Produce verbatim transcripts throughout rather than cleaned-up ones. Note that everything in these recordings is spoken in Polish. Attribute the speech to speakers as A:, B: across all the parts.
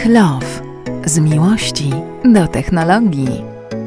A: Love. Z miłości do technologii.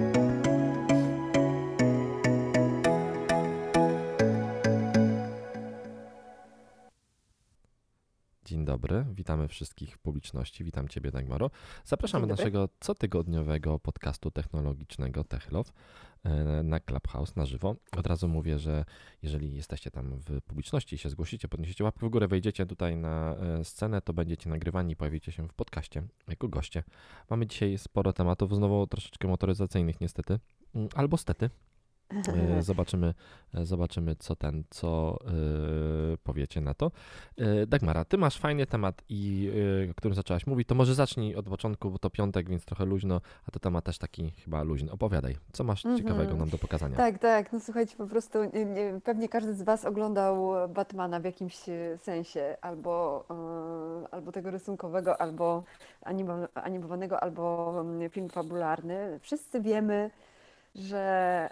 B: Dzień dobry, witamy wszystkich w publiczności, witam Ciebie Dagmaro. Zapraszamy do naszego cotygodniowego podcastu technologicznego Tech Love na Clubhouse na żywo. Od razu mówię, że jeżeli jesteście tam w publiczności i się zgłosicie, podniesiecie łapkę w górę, wejdziecie tutaj na scenę, to będziecie nagrywani i pojawicie się w podcaście jako goście. Mamy dzisiaj sporo tematów, znowu troszeczkę motoryzacyjnych niestety, albo stety. Zobaczymy, zobaczymy co ten, co yy, powiecie na to. Yy, Dagmara, ty masz fajny temat, i, yy, o którym zaczęłaś mówić, to może zacznij od początku, bo to piątek, więc trochę luźno, a to temat też taki chyba luźny. Opowiadaj, co masz mm-hmm. ciekawego nam do pokazania?
C: Tak, tak, no słuchajcie, po prostu nie, nie, pewnie każdy z was oglądał Batmana w jakimś sensie, albo, yy, albo tego rysunkowego, albo animowanego, albo film fabularny. Wszyscy wiemy, Że,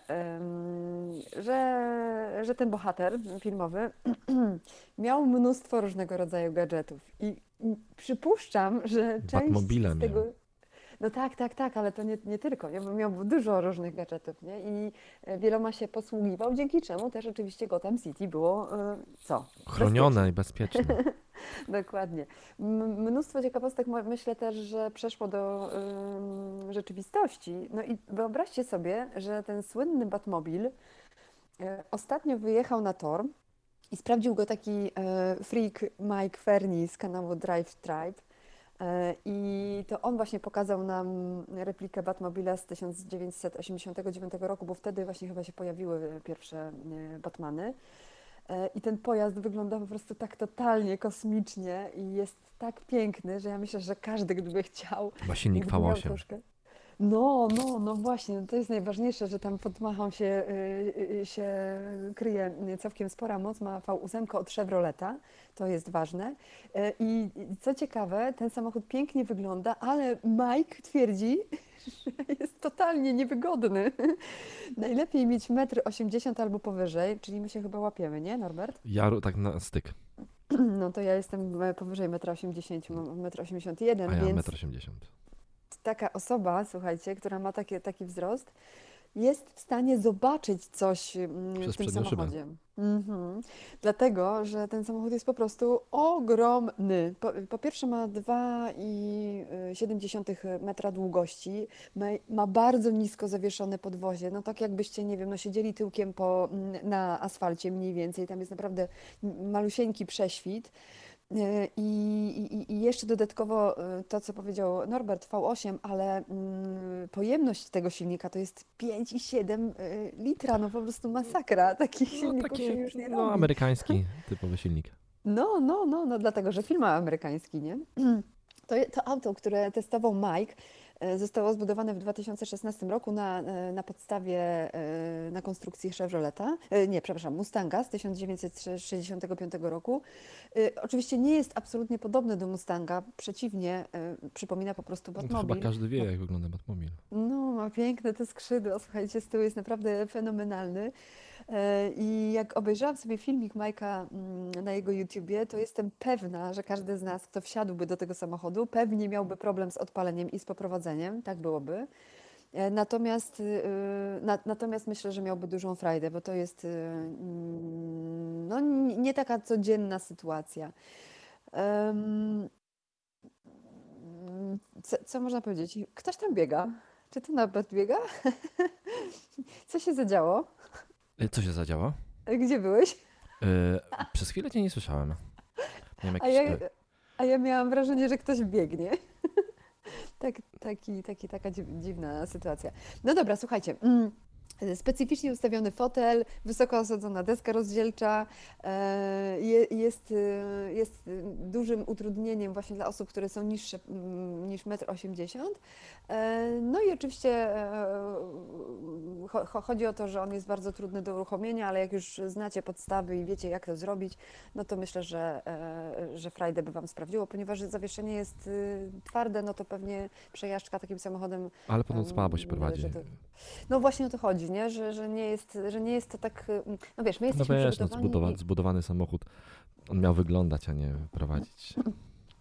C: że, że ten bohater filmowy miał mnóstwo różnego rodzaju gadżetów i, i przypuszczam, że część
B: Batmobile
C: z tego...
B: miał.
C: No tak, tak, tak, ale to nie, nie tylko, nie? Bo miał dużo różnych gadżetów, nie? I wieloma się posługiwał, dzięki czemu też oczywiście Gotham City było co?
B: Chronione i bezpieczne.
C: Dokładnie. M- mnóstwo ciekawostek, myślę też, że przeszło do y, rzeczywistości. No i wyobraźcie sobie, że ten słynny Batmobil y, ostatnio wyjechał na tor i sprawdził go taki y, freak Mike Fernie z kanału Drive Tribe. Y, I to on właśnie pokazał nam replikę Batmobila z tysiąc dziewięćset osiemdziesiątego dziewiątego roku, bo wtedy właśnie chyba się pojawiły pierwsze y, Batmany. I ten pojazd wygląda po prostu tak totalnie kosmicznie i jest tak piękny, że ja myślę, że każdy, gdyby chciał...
B: Ma silnik V osiem.
C: Troszkę... No, no, no właśnie, to jest najważniejsze, że tam pod machą się, yy, się kryje całkiem spora moc, ma V osiem od Chevroleta, to jest ważne. Yy, I co ciekawe, ten samochód pięknie wygląda, ale Mike twierdzi, że jest totalnie niewygodny. Najlepiej mieć metr osiemdziesiąt albo powyżej, czyli my się chyba łapiemy, nie Norbert?
B: Ja tak na styk.
C: No to ja jestem powyżej metra osiemdziesiąt, mam metr osiemdziesiąt jeden,
B: a ja
C: więc
B: metr osiemdziesiąt.
C: Taka osoba, słuchajcie, która ma takie, taki wzrost, jest w stanie zobaczyć coś
B: Przez
C: w tym
B: przednią
C: samochodzie. Mhm. Dlatego, że ten samochód jest po prostu ogromny. Po, po pierwsze ma dwa przecinek siedem metra długości, ma, ma bardzo nisko zawieszone podwozie, no tak jakbyście, nie wiem, no siedzieli tyłkiem po, na asfalcie mniej więcej, tam jest naprawdę malusieńki prześwit. I, i, I jeszcze dodatkowo to, co powiedział Norbert, V osiem, ale mm, pojemność tego silnika to jest pięć przecinek siedem litra, no po prostu masakra. Takich
B: no,
C: silników
B: taki,
C: się już nie
B: no,
C: robi.
B: amerykański typowy silnik.
C: No, no, no, no, dlatego, że film amerykański, nie? To, to auto, które testował Mike, zostało zbudowane w dwa tysiące szesnastym roku na, na podstawie, na konstrukcji Chevroleta, nie, przepraszam, Mustanga z tysiąc dziewięćset sześćdziesiątego piątego roku. Oczywiście nie jest absolutnie podobny do Mustanga, przeciwnie, przypomina po prostu Batmobil.
B: No, chyba każdy wie, jak wygląda Batmobil.
C: No, ma piękne te skrzydła, słuchajcie, z tyłu jest naprawdę fenomenalny. I jak obejrzałam sobie filmik Majka na jego YouTubie, to jestem pewna, że każdy z nas, kto wsiadłby do tego samochodu, pewnie miałby problem z odpaleniem i z poprowadzeniem, tak byłoby. Natomiast, na, natomiast myślę, że miałby dużą frajdę, bo to jest no, nie taka codzienna sytuacja. Um, co, co można powiedzieć? Ktoś tam biega. Czy to Norbert biega? Co się zadziało?
B: Co się zadziało?
C: Gdzie byłeś?
B: Yy, przez chwilę cię nie słyszałem.
C: A ja, a ja miałam wrażenie, że ktoś biegnie. tak, taki, taki, taka dziwna sytuacja. No dobra, słuchajcie. Specyficznie ustawiony fotel, wysoko osadzona deska rozdzielcza jest, jest dużym utrudnieniem właśnie dla osób, które są niższe niż metr osiemdziesiąt. No i oczywiście chodzi o to, że on jest bardzo trudny do uruchomienia, ale jak już znacie podstawy i wiecie, jak to zrobić, no to myślę, że, że frajdę by Wam sprawdziło, ponieważ zawieszenie jest twarde, no to pewnie przejażdżka takim samochodem...
B: Ale potem słabo się prowadzi.
C: To, no właśnie o to chodzi, nie? Że, że, nie jest, że nie jest to tak... No wiesz, my jesteśmy
B: no wiesz,
C: przygotowani...
B: No, zbudowany, zbudowany samochód, on miał wyglądać, a nie prowadzić.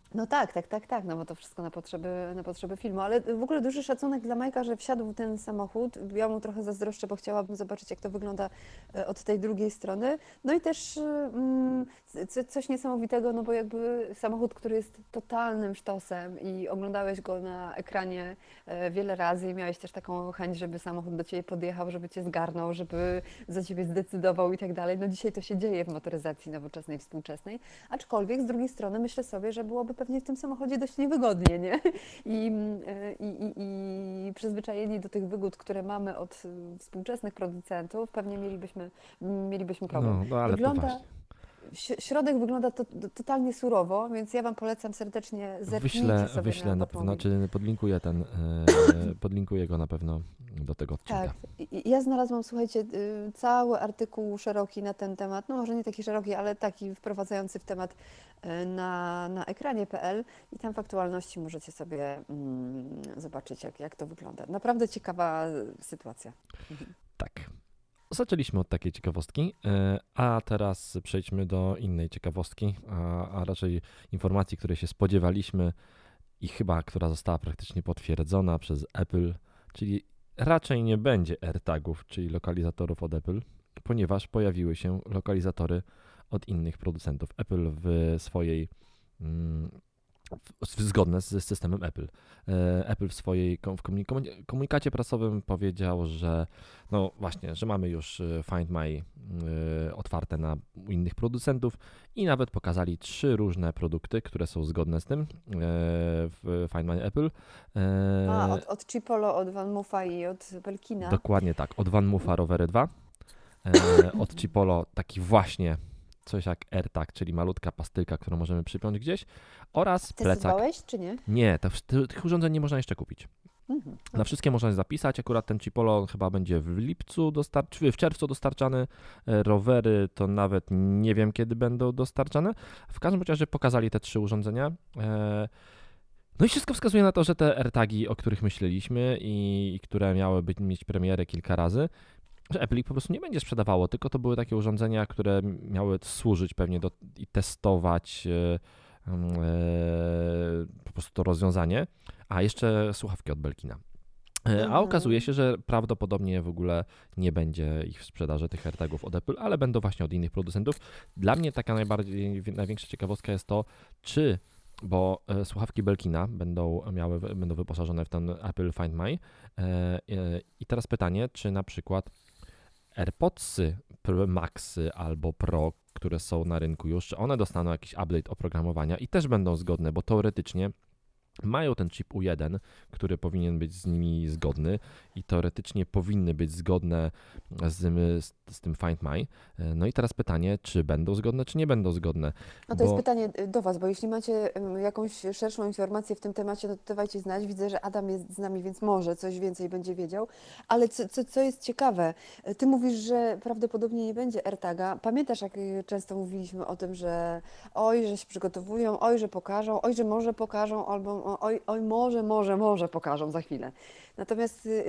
C: No tak, tak, tak, tak, no bo to wszystko na potrzeby, na potrzeby filmu, ale w ogóle duży szacunek dla Majka, że wsiadł w ten samochód. Ja mu trochę zazdroszczę, bo chciałabym zobaczyć, jak to wygląda e, od tej drugiej strony. No i też mm, c- coś niesamowitego, no bo jakby samochód, który jest totalnym sztosem i oglądałeś go na ekranie e, wiele razy i miałeś też taką chęć, żeby samochód do ciebie podjechał, żeby cię zgarnął, żeby za ciebie zdecydował i tak dalej. No dzisiaj to się dzieje w motoryzacji nowoczesnej, współczesnej. Aczkolwiek z drugiej strony myślę sobie, że byłoby pewnie w tym samochodzie dość niewygodnie, nie? I, i, i, i przyzwyczajeni do tych wygód, które mamy od współczesnych producentów, pewnie mielibyśmy, mielibyśmy problem.
B: No, no ale to
C: Wygląda,
B: właśnie.
C: ś- środek wygląda to, to, totalnie surowo, więc ja Wam polecam serdecznie, zerknijcie
B: Wyślę,
C: sobie
B: wyślę
C: na
B: na pewno,
C: Batmobil.
B: znaczy podlinkuję ten, e, podlinkuję go na pewno do tego odcinka.
C: Tak, i- i ja znalazłam, słuchajcie, y, cały artykuł szeroki na ten temat, no może nie taki szeroki, ale taki wprowadzający w temat y, na, na ekranie kropka pe el i tam w aktualności możecie sobie mm, zobaczyć, jak, jak to wygląda. Naprawdę ciekawa y, sytuacja. Mhm.
B: Tak. Zaczęliśmy od takiej ciekawostki, e, a teraz przejdźmy do innej ciekawostki, a, a raczej informacji, której się spodziewaliśmy i chyba, która została praktycznie potwierdzona przez Apple, czyli raczej nie będzie AirTagów, czyli lokalizatorów od Apple, ponieważ pojawiły się lokalizatory od innych producentów. Apple w swojej mm, w- zgodne z systemem Apple. E, Apple w swojej kom- w komunik- komunikacie prasowym powiedział, że no właśnie, że mamy już e, Find My e, otwarte na u innych producentów i nawet pokazali trzy różne produkty, które są zgodne z tym e, w Find My Apple. E,
C: A, od, od Chipolo, od Van Moofa i od Belkina.
B: Dokładnie tak, od Van Moofa Rowery dwa, e, od Chipolo taki właśnie coś jak AirTag, czyli malutka pastylka, którą możemy przypiąć gdzieś, oraz plecak.
C: Testowałeś, czy nie?
B: Nie, to, w- tych urządzeń nie można jeszcze kupić.
C: Mhm.
B: Na wszystkie można zapisać, akurat ten Chipolo chyba będzie w lipcu dostarczany, w czerwcu dostarczany, e, rowery to nawet nie wiem kiedy będą dostarczane. W każdym razie pokazali te trzy urządzenia. E, No i wszystko wskazuje na to, że te AirTagi, o których myśleliśmy i, i które miały być, mieć premierę kilka razy, że Apple ich po prostu nie będzie sprzedawało, tylko to były takie urządzenia, które miały służyć pewnie do, i testować e, mm, e, po prostu to rozwiązanie, a jeszcze słuchawki od Belkina. E, A
C: Mhm.
B: okazuje się, że prawdopodobnie w ogóle nie będzie ich w sprzedaży tych AirTagów od Apple, ale będą właśnie od innych producentów. Dla mnie taka najbardziej, największa ciekawostka jest to, czy, bo e, słuchawki Belkina będą miały, będą wyposażone w ten Apple Find My. E, e, I teraz pytanie, czy na przykład AirPodsy Pro Maxy albo Pro, które są na rynku już, czy one dostaną jakiś update oprogramowania i też będą zgodne, bo teoretycznie mają ten chip U jeden, który powinien być z nimi zgodny i teoretycznie powinny być zgodne z, z, z tym Find My. No i teraz pytanie, czy będą zgodne, czy nie będą zgodne.
C: No to
B: Bo-
C: jest pytanie y, do Was, bo jeśli macie ym, jakąś szerszą informację w tym temacie, no to dawajcie znać. Widzę, że Adam jest z nami, więc może coś więcej będzie wiedział. Ale co, co, co jest ciekawe, y, Ty mówisz, że prawdopodobnie nie będzie AirTaga. Pamiętasz, jak y, często mówiliśmy o tym, że oj, że się przygotowują, oj, że pokażą, oj, że może pokażą, albo o- oj, oj, może, może, może pokażą za chwilę. Natomiast y,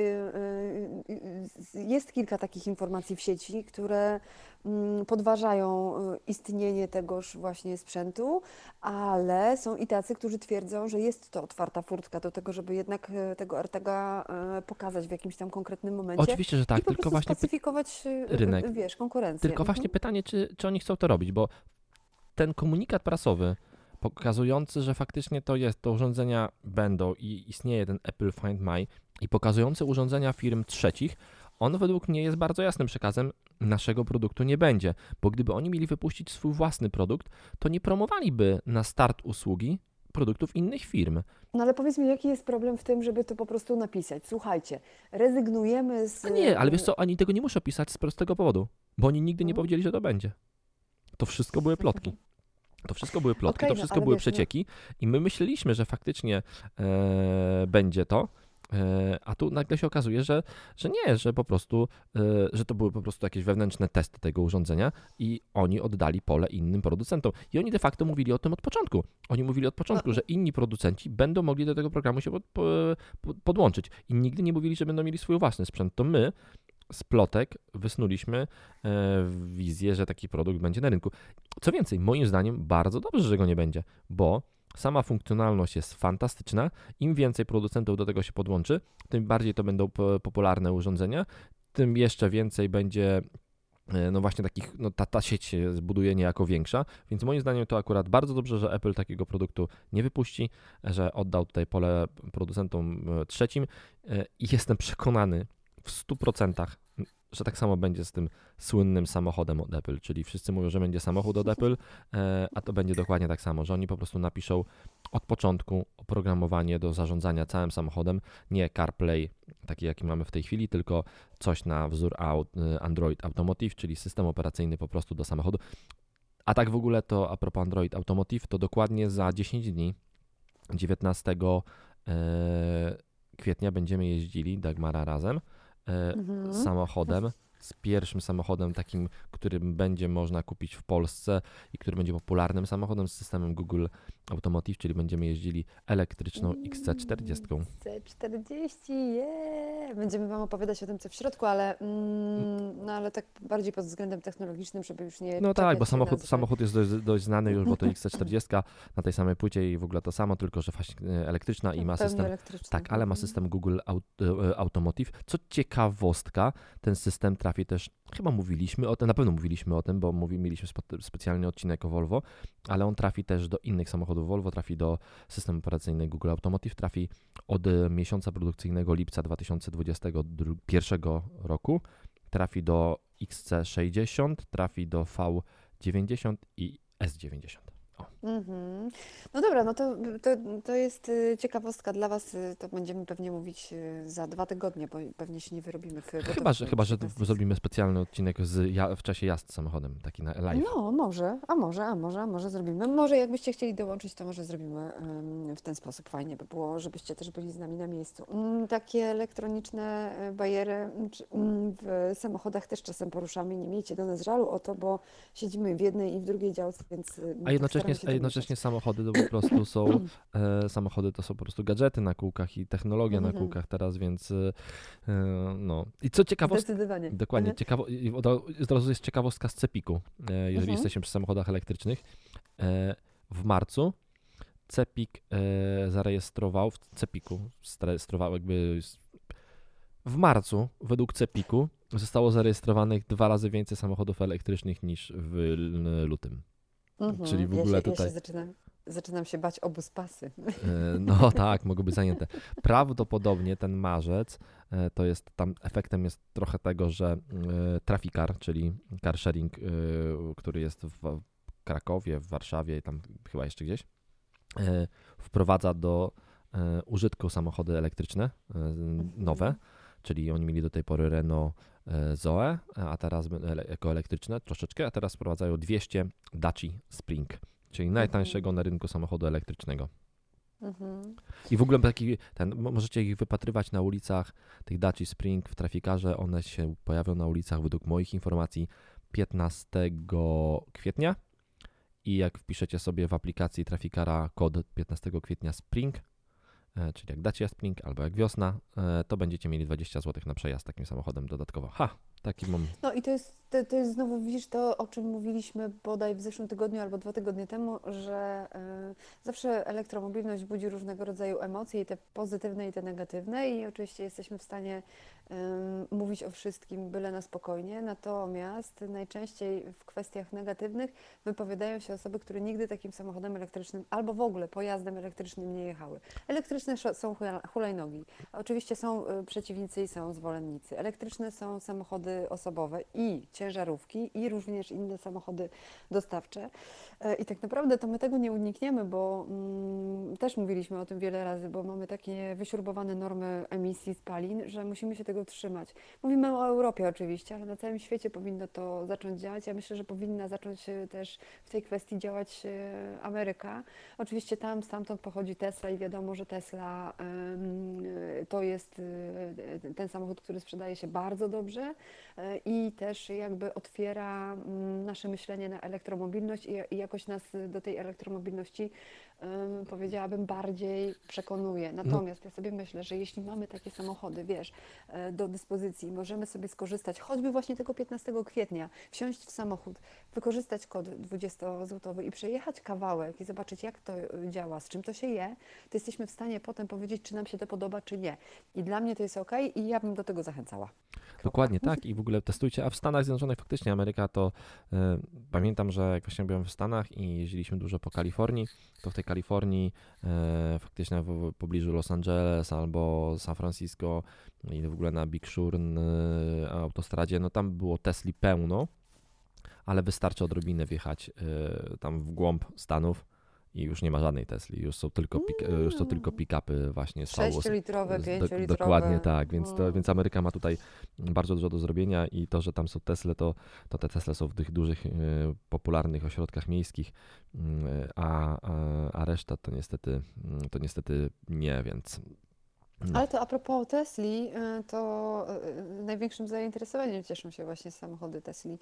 C: y, y, y, jest kilka takich informacji w sieci, które mm, podważają y, istnienie tegoż właśnie sprzętu, ale są i tacy, którzy twierdzą, że jest to otwarta furtka do tego, żeby jednak y, tego AirTaga y, pokazać w jakimś tam konkretnym momencie
B: Oczywiście, że tak,
C: i po
B: tylko
C: prostu
B: właśnie, py-
C: spacyfikować y, y,
B: rynek.
C: wiesz, konkurencję.
B: tylko właśnie
C: Mhm.
B: pytanie, czy, czy oni chcą to robić, bo ten komunikat prasowy pokazujący, że faktycznie to jest, to urządzenia będą i istnieje ten Apple Find My i pokazujący urządzenia firm trzecich, on według mnie jest bardzo jasnym przekazem, naszego produktu nie będzie, bo gdyby oni mieli wypuścić swój własny produkt, to nie promowaliby na start usługi produktów innych firm.
C: No ale powiedz mi, jaki jest problem w tym, żeby to po prostu napisać? Słuchajcie, rezygnujemy z...
B: A nie, ale wiesz co, oni tego nie muszą pisać z prostego powodu, bo oni nigdy nie
C: Mhm.
B: powiedzieli, że to będzie. To wszystko były plotki. To wszystko były plotki,
C: Okej,
B: to
C: no,
B: wszystko
C: ale
B: były
C: wiesz, no-
B: przecieki i my myśleliśmy, że faktycznie e, będzie to, e, a tu nagle się okazuje, że, że nie, że po prostu, e, że to były po prostu jakieś wewnętrzne testy tego urządzenia i oni oddali pole innym producentom. I oni de facto mówili o tym od początku. Oni mówili od początku,
C: No.
B: że inni producenci będą mogli do tego programu się pod, po, po- podłączyć i nigdy nie mówili, że będą mieli swój własny sprzęt. To my z plotek wysnuliśmy e, wizję, że taki produkt będzie na rynku. Co więcej, moim zdaniem bardzo dobrze, że go nie będzie, bo Sama funkcjonalność jest fantastyczna. Im więcej producentów do tego się podłączy, tym bardziej to będą popularne urządzenia, tym jeszcze więcej będzie no właśnie takich, no ta, ta sieć się zbuduje niejako większa, więc moim zdaniem to akurat bardzo dobrze, że Apple takiego produktu nie wypuści, że oddał tutaj pole producentom trzecim i jestem przekonany w stu procentach, że tak samo będzie z tym słynnym samochodem od Apple, czyli wszyscy mówią, że będzie samochód od Apple, a to będzie dokładnie tak samo, że oni po prostu napiszą od początku oprogramowanie do zarządzania całym samochodem, nie CarPlay, taki jaki mamy w tej chwili, tylko coś na wzór Android Automotive, czyli system operacyjny po prostu do samochodu. A tak w ogóle to a propos Android Automotive, to dokładnie za dziesięć dni, dziewiętnastego kwietnia będziemy jeździli, Dagmara razem, Mhm. samochodem, z pierwszym samochodem takim, którym będzie można kupić w Polsce i który będzie popularnym samochodem z systemem Google Automotive, czyli będziemy jeździli elektryczną X C czterdzieści.
C: X C czterdzieści, yeah! Będziemy Wam opowiadać o tym, co w środku, ale, mm, no, ale tak bardziej pod względem technologicznym, żeby już nie
B: No tak, bo
C: czepiać się
B: samochód,
C: nas,
B: samochód jest dość, dość znany już, bo to X C czterdzieści na tej samej płycie i w ogóle to samo, tylko że właśnie elektryczna i ma
C: pełni
B: system,
C: elektryczny.
B: tak, ale ma system Google Aut- Automotive. Co ciekawostka, ten system trafi też, chyba mówiliśmy o tym, na pewno mówiliśmy o tym, bo mówi, mieliśmy spe- specjalny odcinek o Volvo, ale on trafi też do innych samochodów Volvo, trafi do systemu operacyjnego Google Automotive, trafi od miesiąca produkcyjnego lipca dwa tysiące dwudziestego pierwszego roku, trafi do X C sześćdziesiąt, trafi do V dziewięćdziesiąt i S dziewięćdziesiąt.
C: Mhm. No dobra, no to, to, to jest y, ciekawostka dla Was, y, to będziemy pewnie mówić y, za dwa tygodnie, bo pewnie się nie wyrobimy. W, bo to
B: Chyba,
C: w
B: że, chyba, że
C: piętnastej
B: zrobimy specjalny odcinek z, ja, w czasie jazdy samochodem, taki na live.
C: No, może, a może, a może, a może zrobimy. Może jakbyście chcieli dołączyć, to może zrobimy ym, w ten sposób. Fajnie by było, żebyście też byli z nami na miejscu. Ym, takie elektroniczne y, bariery ym, czy, ym, w samochodach też czasem poruszamy. Nie miejcie do nas żalu o to, bo siedzimy w jednej i w drugiej działce, więc y,
B: A jednocześnie,
C: staramy się
B: a
C: to
B: jednocześnie
C: unikać.
B: samochody to po prostu są e, samochody to są po prostu gadżety na kółkach i technologia na
C: Mhm.
B: kółkach teraz, więc e, no. I co ciekawostka,
C: Zdecydowanie.
B: dokładnie,
C: Mhm.
B: ciekawo, i od razu od razu jest ciekawostka z Cepiku, e, jeżeli
C: Mhm.
B: jesteśmy przy samochodach elektrycznych. E, w marcu Cepik e, zarejestrował, w Cepiku zarejestrował jakby w marcu według Cepiku zostało zarejestrowanych dwa razy więcej samochodów elektrycznych niż w l- lutym.
C: Mhm.
B: Czyli w
C: Ja
B: ogóle
C: się, ja
B: tutaj,
C: się zaczynam, zaczynam się bać o buspasy.
B: e, no tak, mogą być zajęte. Prawdopodobnie ten marzec e, to jest, tam efektem jest trochę tego, że e, Trafikar, czyli car sharing, e, który jest w Krakowie, w Warszawie i tam chyba jeszcze gdzieś, e, wprowadza do e, użytku samochody elektryczne, e, nowe, czyli oni mieli do tej pory Renault e, Zoe, a teraz ele- jako elektryczne troszeczkę, a teraz wprowadzają dwieście Daci Spring, czyli najtańszego na rynku samochodu elektrycznego.
C: Mhm.
B: I w ogóle taki, ten, mo- możecie ich wypatrywać na ulicach, tych Daci Spring w Trafikarze, one się pojawią na ulicach według moich informacji piętnastego kwietnia i jak wpiszecie sobie w aplikacji Trafikara kod piętnastego kwietnia Spring, e, czyli jak Dacia Spring albo jak wiosna, e, to będziecie mieli dwadzieścia złotych na przejazd takim samochodem dodatkowo. Ha, taki mam.
C: No i to jest, to, to jest znowu, widzisz, to o czym mówiliśmy bodaj w zeszłym tygodniu albo dwa tygodnie temu, że y, zawsze elektromobilność budzi różnego rodzaju emocje, i te pozytywne, i te negatywne, i oczywiście jesteśmy w stanie y, mówić o wszystkim, byle na spokojnie, natomiast najczęściej w kwestiach negatywnych wypowiadają się osoby, które nigdy takim samochodem elektrycznym albo w ogóle pojazdem elektrycznym nie jechały. Elektryczne sz- są hula- hulajnogi, oczywiście są y, przeciwnicy i są zwolennicy. Elektryczne są samochody osobowe i ciężarówki, i również inne samochody dostawcze. E, I tak naprawdę to my tego nie unikniemy, bo mm, też mówiliśmy o tym wiele razy, bo mamy takie wyśrubowane normy emisji spalin, że musimy się tego trzymać. Mówimy o Europie oczywiście, ale na całym świecie powinno to zacząć działać. Ja myślę, że powinna zacząć e, też w tej kwestii działać e, Ameryka. Oczywiście tam, stamtąd pochodzi Tesla i wiadomo, że Tesla em, e, to jest e, ten samochód, który sprzedaje się bardzo dobrze e, i też jakby otwiera mm, nasze myślenie na elektromobilność i, i jakoś nas do tej elektromobilności, em, powiedziałabym, bardziej przekonuje. Natomiast ja sobie myślę, że jeśli mamy takie samochody, wiesz, do dyspozycji. Możemy sobie skorzystać, choćby właśnie tego piętnastego kwietnia, wsiąść w samochód, wykorzystać kod dwudziestozłotowy i przejechać kawałek i zobaczyć, jak to działa, z czym to się je, to jesteśmy w stanie potem powiedzieć, czy nam się to podoba, czy nie. I dla mnie to jest ok i ja bym do tego zachęcała.
B: Dokładnie tak i w ogóle testujcie, a w Stanach Zjednoczonych faktycznie Ameryka to y, pamiętam, że jak właśnie byłem w Stanach i jeździliśmy dużo po Kalifornii, to w tej Kalifornii y, faktycznie w, w pobliżu Los Angeles albo San Francisco i w ogóle na Big Sur y, autostradzie, no tam było Tesli pełno, ale wystarczy odrobinę wjechać y, tam w głąb Stanów i już nie ma żadnej Tesli, już są tylko, pik- już są tylko pick-upy właśnie z
C: sześciolitrowe, pięciolitrowe.
B: Dokładnie tak, więc, to, więc Ameryka ma tutaj bardzo dużo do zrobienia i to, że tam są Tesle, to, to te Tesle są w tych dużych, y, popularnych ośrodkach miejskich, y, a, a, a reszta to niestety, to niestety nie, więc...
C: No. Ale to a propos Tesli, to największym zainteresowaniem cieszą się właśnie samochody Tesli,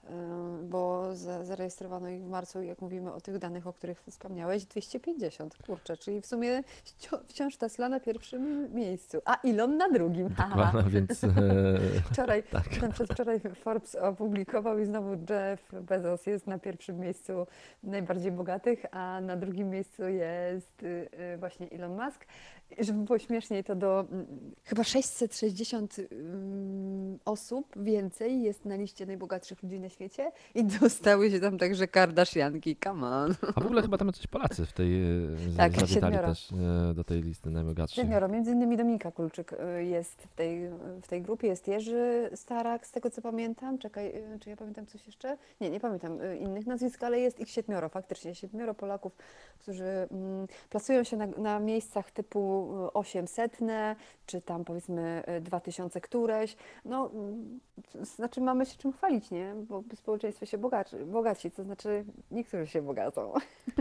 C: bo zarejestrowano ich w marcu, jak mówimy o tych danych, o których wspomniałeś, dwieście pięćdziesiąt, kurczę, czyli w sumie wciąż Tesla na pierwszym miejscu, a Elon na drugim.
B: Dokładnie, więc...
C: Wczoraj, tak. Przedwczoraj Forbes opublikował i znowu Jeff Bezos jest na pierwszym miejscu najbardziej bogatych, a na drugim miejscu jest właśnie Elon Musk. Żeby było śmieszniej, to do chyba sześćset sześćdziesiąt um, osób więcej jest na liście najbogatszych ludzi na świecie i dostały się tam także Kardashianki, come on.
B: A w ogóle chyba tam coś Polacy w tej,
C: tak,
B: zawitali też do tej listy najbogatszych.
C: Siedmioro, między innymi Dominika Kulczyk jest w tej, w tej grupie, jest Jerzy Starak, z tego co pamiętam, czekaj, czy ja pamiętam coś jeszcze? Nie, nie pamiętam innych nazwisk, ale jest ich siedmioro, faktycznie siedmioro Polaków, którzy mm, plasują się na, na miejscach typu osiemsetne, czy tam powiedzmy dwa tysiące któreś, no znaczy mamy się czym chwalić, nie? Bo społeczeństwo się bogaci, bogaci to znaczy niektórzy się bogacą,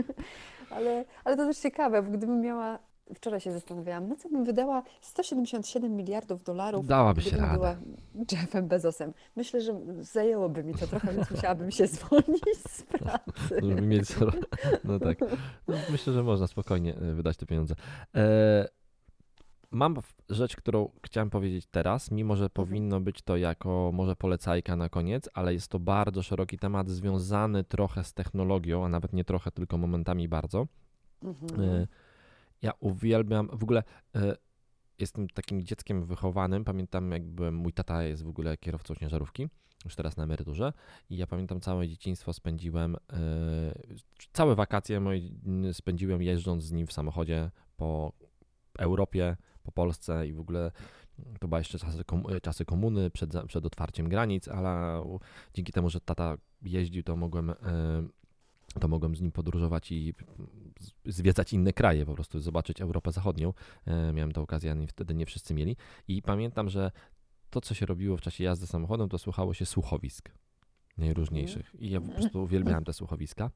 C: ale, ale to też ciekawe, bo gdybym miała, wczoraj się zastanawiałam, na co bym wydała sto siedemdziesiąt siedem miliardów dolarów,
B: dałaby się
C: gdybym
B: radę.
C: była Jeffem Bezosem. Myślę, że zajęłoby mi to trochę, więc musiałabym się zwolnić z pracy.
B: Żeby mieć, no tak, no, myślę, że można spokojnie wydać te pieniądze. E- Mam rzecz, którą chciałem powiedzieć teraz, mimo że powinno być to jako może polecajka na koniec, ale jest to bardzo szeroki temat związany trochę z technologią, a nawet nie trochę, tylko momentami bardzo. Mhm. Ja uwielbiam, w ogóle jestem takim dzieckiem wychowanym, pamiętam jak byłem, mój tata jest w ogóle kierowcą ciężarówki, już teraz na emeryturze i ja pamiętam całe dzieciństwo spędziłem, całe wakacje moje spędziłem jeżdżąc z nim w samochodzie po Europie, po Polsce i w ogóle to były jeszcze czasy, czasy komuny przed, przed otwarciem granic, ale dzięki temu, że tata jeździł, to mogłem, to mogłem z nim podróżować i zwiedzać inne kraje, po prostu zobaczyć Europę Zachodnią. Miałem tę okazję, a wtedy nie wszyscy mieli. I pamiętam, że to, co się robiło w czasie jazdy samochodem, to słuchało się słuchowisk najróżniejszych. I ja po prostu uwielbiałem te słuchowiska.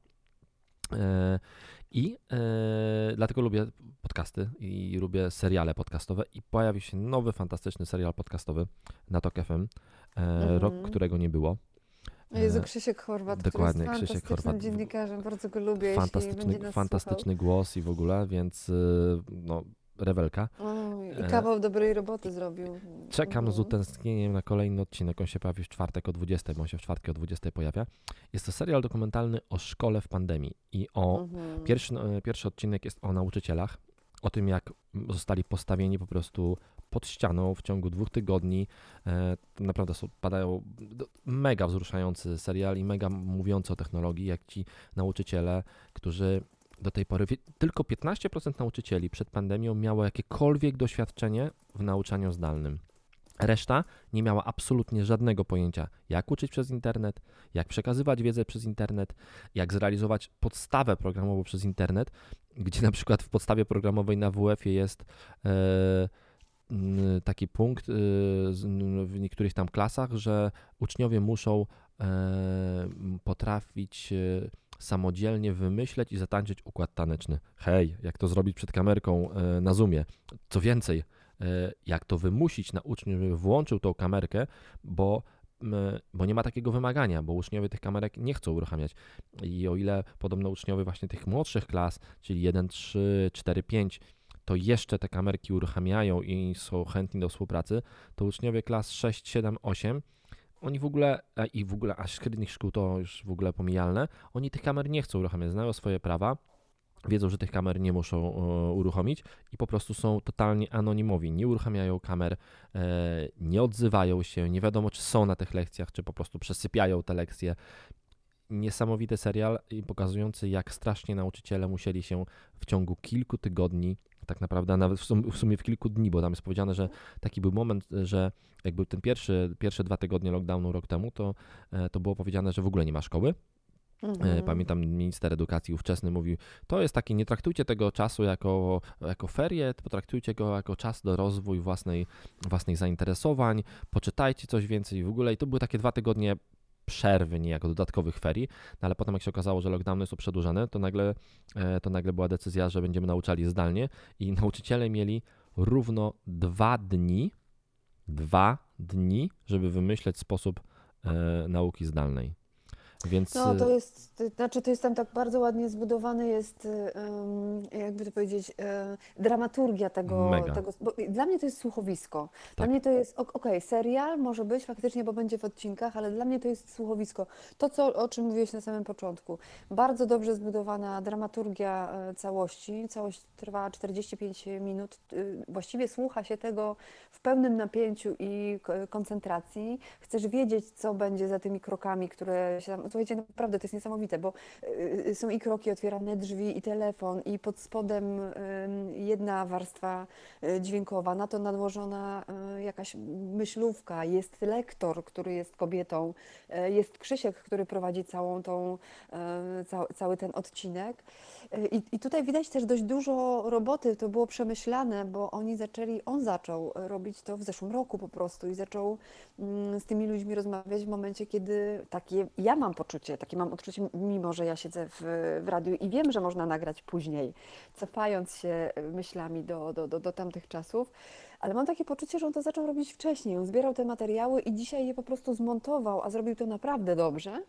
B: I e, dlatego lubię podcasty i lubię seriale podcastowe i pojawił się nowy, fantastyczny serial podcastowy na Tok F M, e, mhm. rok, którego nie było.
C: Jezu, Krzysiek Horvat,
B: Dokładnie,
C: który jest
B: Krzysiek
C: fantastycznym
B: Horvat.
C: dziennikarzem, bardzo go lubię,
B: Fantastyczny, fantastyczny głos i w ogóle, więc no, rewelka.
C: O, i kawał dobrej roboty zrobił.
B: Czekam
C: mhm.
B: z utęsknieniem na kolejny odcinek, on się pojawi w czwartek o dwudziestej, bo on się w czwartki o dwudziestej pojawia. Jest to serial dokumentalny o szkole w pandemii i o mhm. pierwszy, pierwszy odcinek jest o nauczycielach, o tym jak zostali postawieni po prostu pod ścianą w ciągu dwóch tygodni. E, naprawdę są, padają mega wzruszający serial i mega mówiący o technologii, jak ci nauczyciele, którzy do tej pory, tylko piętnaście procent nauczycieli przed pandemią miało jakiekolwiek doświadczenie w nauczaniu zdalnym. Reszta nie miała absolutnie żadnego pojęcia, jak uczyć przez internet, jak przekazywać wiedzę przez internet, jak zrealizować podstawę programową przez internet, gdzie na przykład w podstawie programowej na W F-ie jest e, taki punkt e, w niektórych tam klasach, że uczniowie muszą e, potrafić e, samodzielnie wymyśleć i zatańczyć układ taneczny. Hej, jak to zrobić przed kamerką e, na Zoomie? Co więcej, e, jak to wymusić na uczniu, żeby włączył tą kamerkę, bo, e, bo nie ma takiego wymagania, bo uczniowie tych kamerek nie chcą uruchamiać. I o ile podobno uczniowie właśnie tych młodszych klas, czyli jeden, trzy, cztery, pięć, to jeszcze te kamerki uruchamiają i są chętni do współpracy, to uczniowie klas sześć, siedem, osiem, oni w ogóle, i w ogóle aż średnich szkół to już w ogóle pomijalne, oni tych kamer nie chcą uruchamiać, znają swoje prawa, wiedzą, że tych kamer nie muszą e, uruchomić i po prostu są totalnie anonimowi, nie uruchamiają kamer, e, nie odzywają się, nie wiadomo, czy są na tych lekcjach, czy po prostu przesypiają te lekcje. Niesamowity serial pokazujący, jak strasznie nauczyciele musieli się w ciągu kilku tygodni, tak naprawdę nawet w sumie, w sumie w kilku dni, bo tam jest powiedziane, że taki był moment, że jak był ten pierwszy, pierwsze dwa tygodnie lockdownu rok temu, to, to było powiedziane, że w ogóle nie ma szkoły. Mhm. Pamiętam, minister edukacji ówczesny mówił, to jest takie, nie traktujcie tego czasu jako, jako ferie, potraktujcie go jako czas do rozwoju własnej, własnych zainteresowań, poczytajcie coś więcej w ogóle i to były takie dwa tygodnie przerwy, niejako dodatkowych ferii, no ale potem jak się okazało, że lockdowny są przedłużone, to nagle, to nagle była decyzja, że będziemy nauczali zdalnie i nauczyciele mieli równo dwa dni, dwa dni, żeby wymyśleć sposób e, nauki zdalnej. Więc...
C: No to jest, to znaczy to jest tam tak bardzo ładnie zbudowany jest, um, jakby to powiedzieć, um, dramaturgia tego, tego bo dla mnie to jest słuchowisko. Tak. Dla mnie to jest, okej, okay, serial może być faktycznie, bo będzie w odcinkach, ale dla mnie to jest słuchowisko. To, co, o czym mówiłeś na samym początku. Bardzo dobrze zbudowana dramaturgia całości. Całość trwa czterdzieści pięć minut. Właściwie słucha się tego w pełnym napięciu i koncentracji. Chcesz wiedzieć, co będzie za tymi krokami, które się tam... Słuchajcie, naprawdę to jest niesamowite, bo y, są i kroki, otwierane drzwi, i telefon, i pod spodem y, jedna warstwa y, dźwiękowa, na to nadłożona y, jakaś myślówka, jest lektor, który jest kobietą, y, jest Krzysiek, który prowadzi całą tą, y, ca, cały ten odcinek. I, I tutaj widać też dość dużo roboty, to było przemyślane, bo oni zaczęli, on zaczął robić to w zeszłym roku po prostu i zaczął mm, z tymi ludźmi rozmawiać w momencie, kiedy takie, ja mam poczucie, takie mam odczucie, mimo że ja siedzę w, w radiu i wiem, że można nagrać później, cofając się myślami do, do, do, do tamtych czasów, ale mam takie poczucie, że on to zaczął robić wcześniej, on zbierał te materiały i dzisiaj je po prostu zmontował, a zrobił to naprawdę dobrze.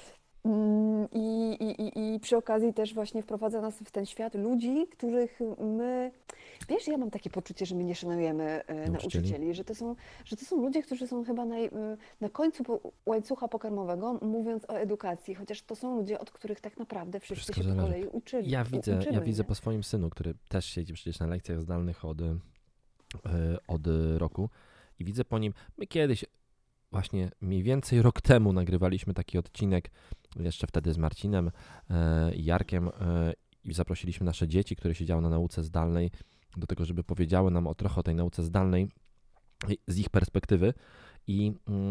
C: I, i, I przy okazji też właśnie wprowadza nas w ten świat ludzi, których my, wiesz, ja mam takie poczucie, że my nie szanujemy nauczycieli, nauczycieli że, to są, że to są ludzie, którzy są chyba naj, na końcu łańcucha pokarmowego, mówiąc o edukacji, chociaż to są ludzie, od których tak naprawdę wszyscy Wszystko się zależy. po kolei uczyli.
B: Ja widzę,
C: uczymy,
B: ja widzę
C: nie?
B: po swoim synu, który też siedzi przecież na lekcjach zdalnych od, od roku i widzę po nim, my kiedyś właśnie mniej więcej rok temu nagrywaliśmy taki odcinek, jeszcze wtedy z Marcinem i Jarkiem i zaprosiliśmy nasze dzieci, które siedziały na nauce zdalnej do tego, żeby powiedziały nam o trochę o tej nauce zdalnej z ich perspektywy i,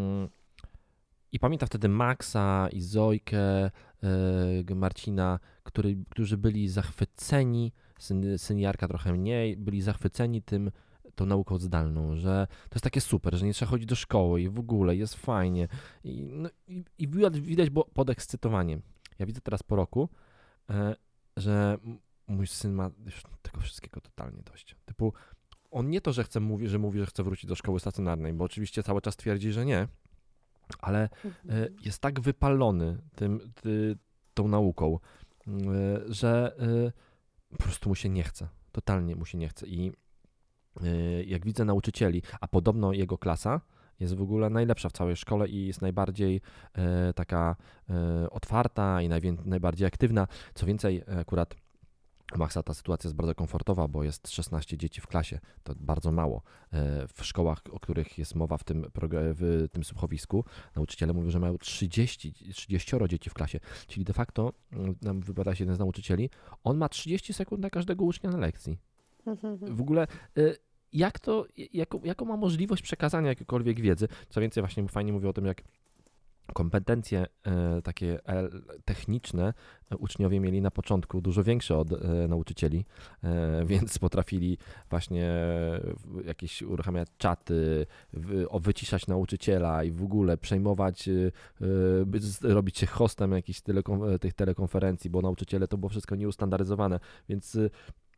B: i pamiętam wtedy Maxa i Zojkę, Marcina, który, którzy byli zachwyceni, syn, syn Jarka trochę mniej, byli zachwyceni tym, tą nauką zdalną, że to jest takie super, że nie trzeba chodzić do szkoły i w ogóle jest fajnie i, no, i, i widać, widać było podekscytowanie. Ja widzę teraz po roku, e, że mój syn ma już tego wszystkiego totalnie dość. Typu, on nie to, że chce mówi, że mówi, że chce wrócić do szkoły stacjonarnej, bo oczywiście cały czas twierdzi, że nie, ale e, jest tak wypalony tym, ty, tą nauką, e, że e, po prostu mu się nie chce. Totalnie mu się nie chce i jak widzę nauczycieli, a podobno jego klasa jest w ogóle najlepsza w całej szkole i jest najbardziej e, taka e, otwarta i najwię- najbardziej aktywna. Co więcej, akurat u Maxa ta sytuacja jest bardzo komfortowa, bo jest szesnaście dzieci w klasie, to bardzo mało. E, w szkołach, o których jest mowa w tym, progr- w tym słuchowisku, nauczyciele mówią, że mają trzydzieści, trzydzieści dzieci w klasie, czyli de facto, nam wypowiada się jeden z nauczycieli, on ma trzydzieści sekund na każdego ucznia na lekcji. W ogóle jak to, jaką, jaką ma możliwość przekazania jakiejkolwiek wiedzy? Co więcej, właśnie fajnie mówię o tym, jak kompetencje e, takie e, techniczne e, uczniowie mieli na początku dużo większe od e, nauczycieli, e, więc potrafili właśnie jakieś uruchamiać czaty, w, o, wyciszać nauczyciela i w ogóle przejmować, e, e, robić się hostem jakichś telekom, tych telekonferencji, bo nauczyciele to było wszystko nieustandaryzowane, więc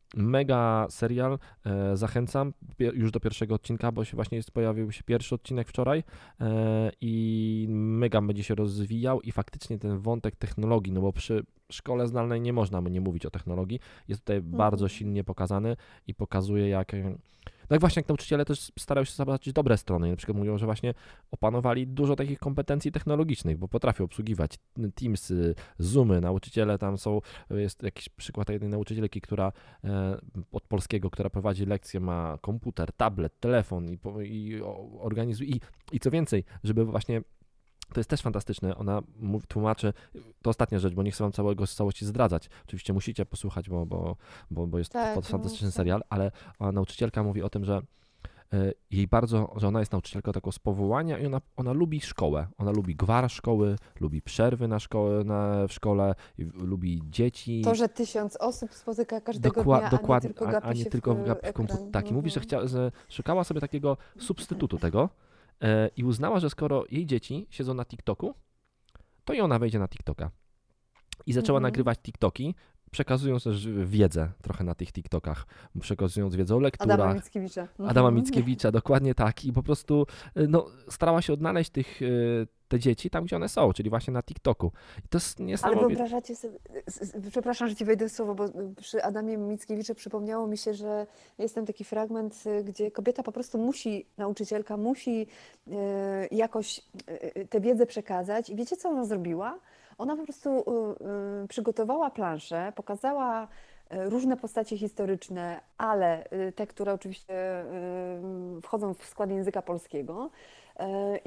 B: Mega serial, e, zachęcam pie- już do pierwszego odcinka, bo się właśnie jest, pojawił się pierwszy odcinek wczoraj e, i mega będzie się rozwijał i faktycznie ten wątek technologii, no bo przy szkole zdalnej nie można nie mówić o technologii, jest tutaj
C: Mhm.
B: bardzo silnie pokazany i pokazuje jak, e, no jak właśnie jak nauczyciele też starają się zobaczyć dobre strony, na przykład mówią, że właśnie opanowali dużo takich kompetencji technologicznych, bo potrafią obsługiwać Teamsy, Zoomy, nauczyciele tam są, jest jakiś przykład jednej nauczycielki, która e, od polskiego, która prowadzi lekcje, ma komputer, tablet, telefon i, po- i o- organizuje, i, i co więcej, żeby właśnie, to jest też fantastyczne, ona mów, tłumaczy, to ostatnia rzecz, bo nie chcę wam całego z całości zdradzać, oczywiście musicie posłuchać, bo, bo, bo, bo jest
C: Tak,
B: to fantastyczny
C: muszę.
B: serial, ale ona, nauczycielka mówi o tym, że e, jej bardzo, że ona jest nauczycielką taką z powołania i ona, ona lubi szkołę, ona lubi gwar szkoły, lubi przerwy na szkołę, na, w szkole, i w- lubi dzieci.
C: To, że tysiąc osób spotyka każdego
B: Dokła-
C: dnia,
B: dokładnie,
C: a nie tylko
B: a,
C: gapi
B: a nie
C: się
B: tylko
C: w,
B: w, gap- w
C: ekran.
B: komputer. Tak, i mówi, że,
C: Mhm.
B: chcia, że szukała sobie takiego substytutu tego e, i uznała, że skoro jej dzieci siedzą na TikToku, to i ona wejdzie na TikToka. I zaczęła
C: Mhm.
B: nagrywać TikToki, przekazując też wiedzę trochę na tych TikTokach, przekazując wiedzę o
C: Adama
B: lekturach,
C: Mickiewicza.
B: Adama
C: Mhm.
B: Mickiewicza, dokładnie tak. I po prostu y, no, starała się odnaleźć tych, y, te dzieci tam, gdzie one są, czyli właśnie na TikToku. I to jest
C: Ale
B: niesamowite.
C: wyobrażacie sobie, s- s- przepraszam, że ci wejdę w słowo, bo przy Adamie Mickiewiczu przypomniało mi się, że jest tam taki fragment, y, gdzie kobieta po prostu musi, nauczycielka musi y, jakoś y, tę wiedzę przekazać. I wiecie, co ona zrobiła? Ona po prostu y, y, przygotowała planszę, pokazała y, różne postacie historyczne, ale y, te, które oczywiście y, wchodzą w skład języka polskiego. E,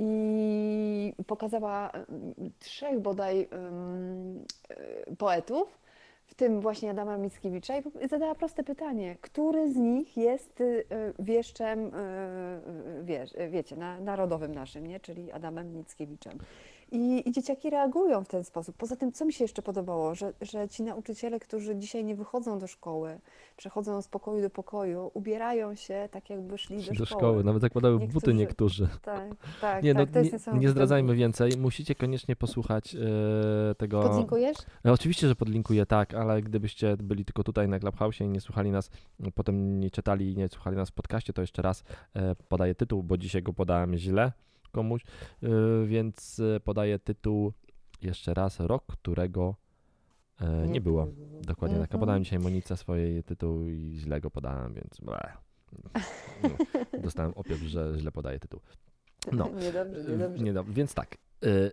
C: I pokazała mm, trzech bodaj ym, y, poetów, w tym właśnie Adama Mickiewicza, i po- i zadała proste pytanie, który z nich jest y, y, wieszczem, y, y, wiesz, y, wiecie, na, narodowym naszym, nie? Czyli Adamem Mickiewiczem. I, I dzieciaki reagują w ten sposób. Poza tym, co mi się jeszcze podobało, że, że ci nauczyciele, którzy dzisiaj nie wychodzą do szkoły, przechodzą z pokoju do pokoju, ubierają się tak, jakby szli do,
B: Do
C: szkoły.
B: szkoły, nawet zakładały buty
C: Niektórzy-
B: niektórzy.
C: Tak, tak,
B: Nie, no,
C: tak, to jest
B: nie,
C: niesamowite.
B: nie zdradzajmy więcej, musicie koniecznie posłuchać e, tego.
C: Podlinkujesz?
B: E, Oczywiście, że podlinkuję, tak, ale gdybyście byli tylko tutaj na Clubhouse i nie słuchali nas, potem nie czytali i nie słuchali nas w podcaście, to jeszcze raz e, podaję tytuł, bo dzisiaj go podałem źle komuś, e, więc e, podaję tytuł jeszcze raz, rok, którego e, nie było. Dokładnie tak. A
C: Mhm.
B: podałem dzisiaj Monice swojej tytuł i źle go podałem, więc bleh. No, dostałem opiew, że źle podaję tytuł. No.
C: Niedobrze, niedobrze.
B: Nie, dobrze, więc tak. y,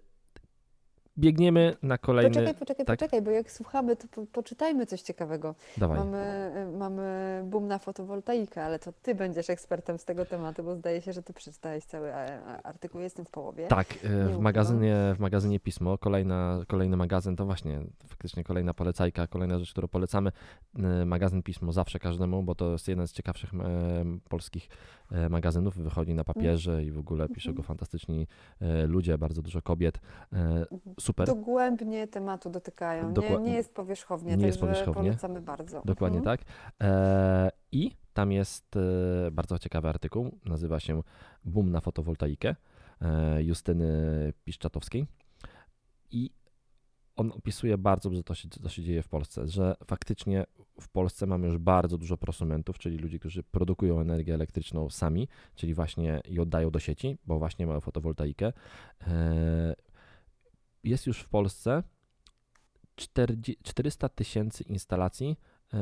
B: Biegniemy na kolejny.
C: Poczekaj, poczekaj,
B: tak?
C: poczekaj, bo jak słuchamy, to po, poczytajmy coś ciekawego.
B: Dawaj.
C: Mamy, y, mamy boom na fotowoltaikę, ale to ty będziesz ekspertem z tego tematu, bo zdaje się, że ty przeczytałeś cały a- a- artykuł, jestem w połowie.
B: Tak, y, w
C: ukrywam.
B: magazynie, w magazynie Pismo, kolejna, kolejny magazyn, to właśnie faktycznie kolejna polecajka, kolejna rzecz, którą polecamy. Y, Magazyn Pismo zawsze każdemu, bo to jest jeden z ciekawszych e, polskich e, magazynów, wychodzi na papierze i w ogóle piszą go fantastyczni e, ludzie, bardzo dużo kobiet. E, Super.
C: Dogłębnie tematu dotykają, nie,
B: Dokła-
C: nie jest powierzchownie,
B: nie jest
C: także
B: powierzchownie.
C: polecamy bardzo.
B: Dokładnie
C: Mhm.
B: tak. E, I tam jest e, bardzo ciekawy artykuł, nazywa się Boom na fotowoltaikę e, Justyny Piszczatowskiej. I on opisuje bardzo dobrze to, się, co się dzieje w Polsce, że faktycznie w Polsce mamy już bardzo dużo prosumentów, czyli ludzi, którzy produkują energię elektryczną sami, czyli właśnie i oddają do sieci, bo właśnie mają fotowoltaikę. E, jest już w Polsce czterdzieści czterysta tysięcy instalacji e,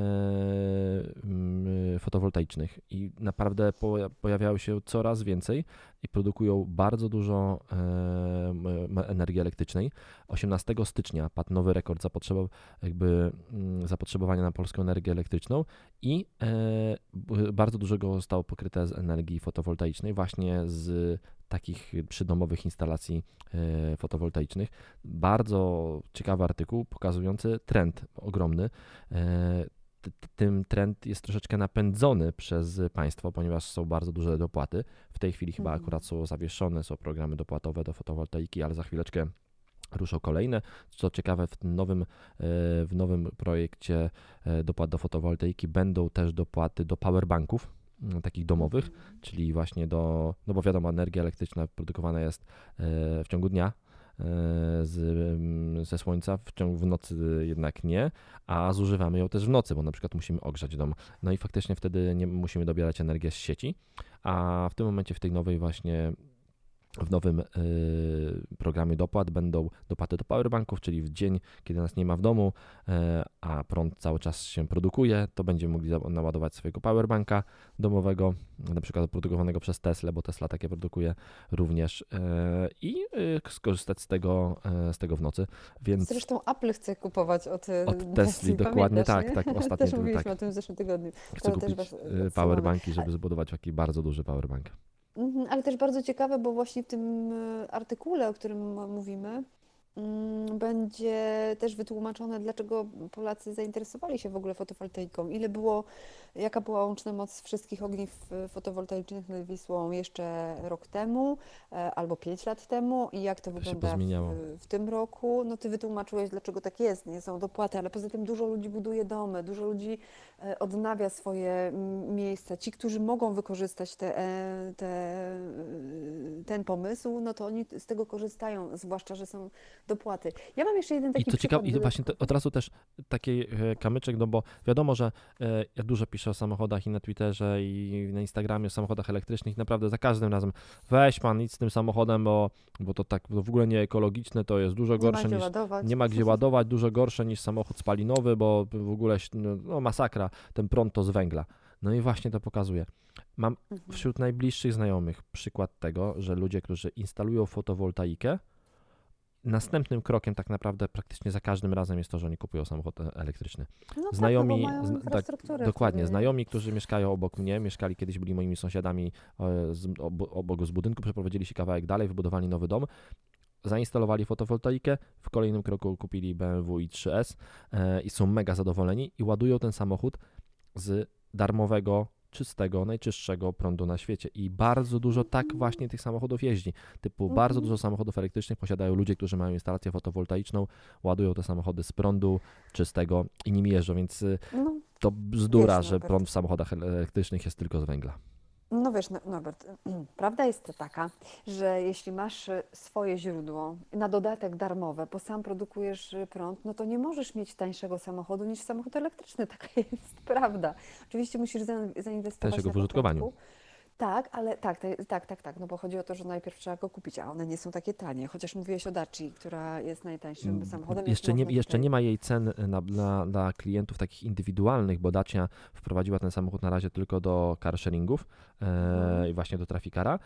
B: mm, fotowoltaicznych i naprawdę po, pojawiają się coraz więcej i produkują bardzo dużo e, m- energii elektrycznej. osiemnastego stycznia padł nowy rekord zapotrzebow- jakby, mm, zapotrzebowania na polską energię elektryczną i e, b- bardzo dużo go zostało pokryte z energii fotowoltaicznej właśnie z takich przydomowych instalacji e, fotowoltaicznych. Bardzo ciekawy artykuł pokazujący trend ogromny. E, t- t- Tym trend jest troszeczkę napędzony przez państwo, ponieważ są bardzo duże dopłaty. W tej chwili chyba
C: Mhm.
B: akurat są zawieszone, są programy dopłatowe do fotowoltaiki, ale za chwileczkę ruszą kolejne. Co ciekawe, w tym nowym, e, w nowym projekcie e, dopłat do fotowoltaiki będą też dopłaty do powerbanków, m, takich domowych, czyli właśnie do, no bo wiadomo, energia elektryczna produkowana jest e, w ciągu dnia, z, ze słońca, w ciągu w nocy jednak nie, a zużywamy ją też w nocy, bo na przykład musimy ogrzać dom. No i faktycznie wtedy nie musimy dobierać energii z sieci, a w tym momencie w tej nowej właśnie w nowym y, programie dopłat będą dopłaty do powerbanków, czyli w dzień, kiedy nas nie ma w domu, y, a prąd cały czas się produkuje, to będziemy mogli naładować swojego powerbanka domowego, na przykład produkowanego przez Teslę, bo Tesla takie produkuje również y, i y, skorzystać z tego, y, z tego w nocy. Więc
C: Zresztą Apple chce kupować od,
B: od Tesli, dokładnie tak, tak, ostatnio
C: też mówiliśmy
B: tak.
C: o tym w zeszłym tygodniu.
B: Chcę
C: To
B: kupić
C: też was
B: powerbanki, żeby zbudować taki bardzo duży powerbank.
C: Mhm, ale też bardzo ciekawe, bo właśnie w tym e, artykule, o którym m- mówimy, mm, będzie też wytłumaczone, dlaczego Polacy zainteresowali się w ogóle fotowoltaiką. Ile było, jaka była łączna moc wszystkich ogniw e, fotowoltaicznych nad Wisłą jeszcze rok temu, e, albo pięć lat temu i jak to
B: To się
C: wygląda
B: pozmieniało.
C: w, w tym roku. No ty wytłumaczyłeś, dlaczego tak jest, nie są dopłaty, ale poza tym dużo ludzi buduje domy, dużo ludzi e, odnawia swoje mm, miejsca. Ci, którzy mogą wykorzystać te, e, te, e, ten pomysł, no to oni z tego korzystają, zwłaszcza, że są dopłaty. Ja mam jeszcze jeden
B: I
C: taki
B: co ciekawe,
C: przykład.
B: i właśnie to, od razu też taki e, kamyczek, no bo wiadomo, że e, ja dużo piszę o samochodach i na Twitterze i na Instagramie o samochodach elektrycznych, naprawdę za każdym razem weź pan idź z tym samochodem, bo, bo to tak to w ogóle nie ekologiczne, to jest dużo
C: Nie ma
B: gorsze
C: gdzie
B: niż,
C: ładować.
B: nie ma gdzie ładować, dużo gorsze niż samochód spalinowy, bo w ogóle no, no masakra, ten prąd to z węgla. No i właśnie to pokazuje. Mam
C: Mhm.
B: wśród najbliższych znajomych przykład tego, że ludzie, którzy instalują fotowoltaikę, następnym krokiem tak naprawdę praktycznie za każdym razem jest to, że oni kupują samochód e- elektryczny.
C: No
B: Znajomi,
C: tak, no bo mają
B: zna- tak,
C: infrastrukturę
B: dokładnie,
C: wtedy, nie?
B: znajomi, którzy mieszkają obok mnie, mieszkali kiedyś, byli moimi sąsiadami e, z, ob, obok z budynku, przeprowadzili się kawałek dalej, wybudowali nowy dom, zainstalowali fotowoltaikę, w kolejnym kroku kupili B M W i trzy S e, i są mega zadowoleni i ładują ten samochód z darmowego, czystego, najczystszego prądu na świecie i bardzo dużo tak właśnie tych samochodów jeździ. Typu
C: Mhm.
B: bardzo dużo samochodów elektrycznych posiadają ludzie, którzy mają instalację fotowoltaiczną, ładują te samochody z prądu czystego i nimi jeżdżą, więc y,
C: No,
B: to bzdura,
C: Wiesz,
B: że
C: Norbert.
B: prąd w samochodach elektrycznych jest tylko z węgla.
C: no wiesz, No- Norbert, prawda jest taka, że jeśli masz e, swoje źródło, na dodatek darmowe, bo sam produkujesz e, prąd, no to nie możesz mieć tańszego samochodu niż samochód elektryczny. Taka jest prawda. Oczywiście musisz za- zainwestować
B: Tańszego
C: na
B: w użytkowaniu.
C: początku. Tak, ale tak, te- tak, tak, tak, no bo chodzi o to, że najpierw trzeba go kupić, a one nie są takie tanie, chociaż mówiłeś o Daci, która jest najtańszym samochodem. jest
B: Jeszcze nie,
C: można
B: jeszcze
C: tutaj-
B: nie ma jej cen na, dla, dla klientów takich indywidualnych, bo Dacia wprowadziła ten samochód na razie tylko do car sharingów e,
C: Mhm.
B: i właśnie do Trafikara. E,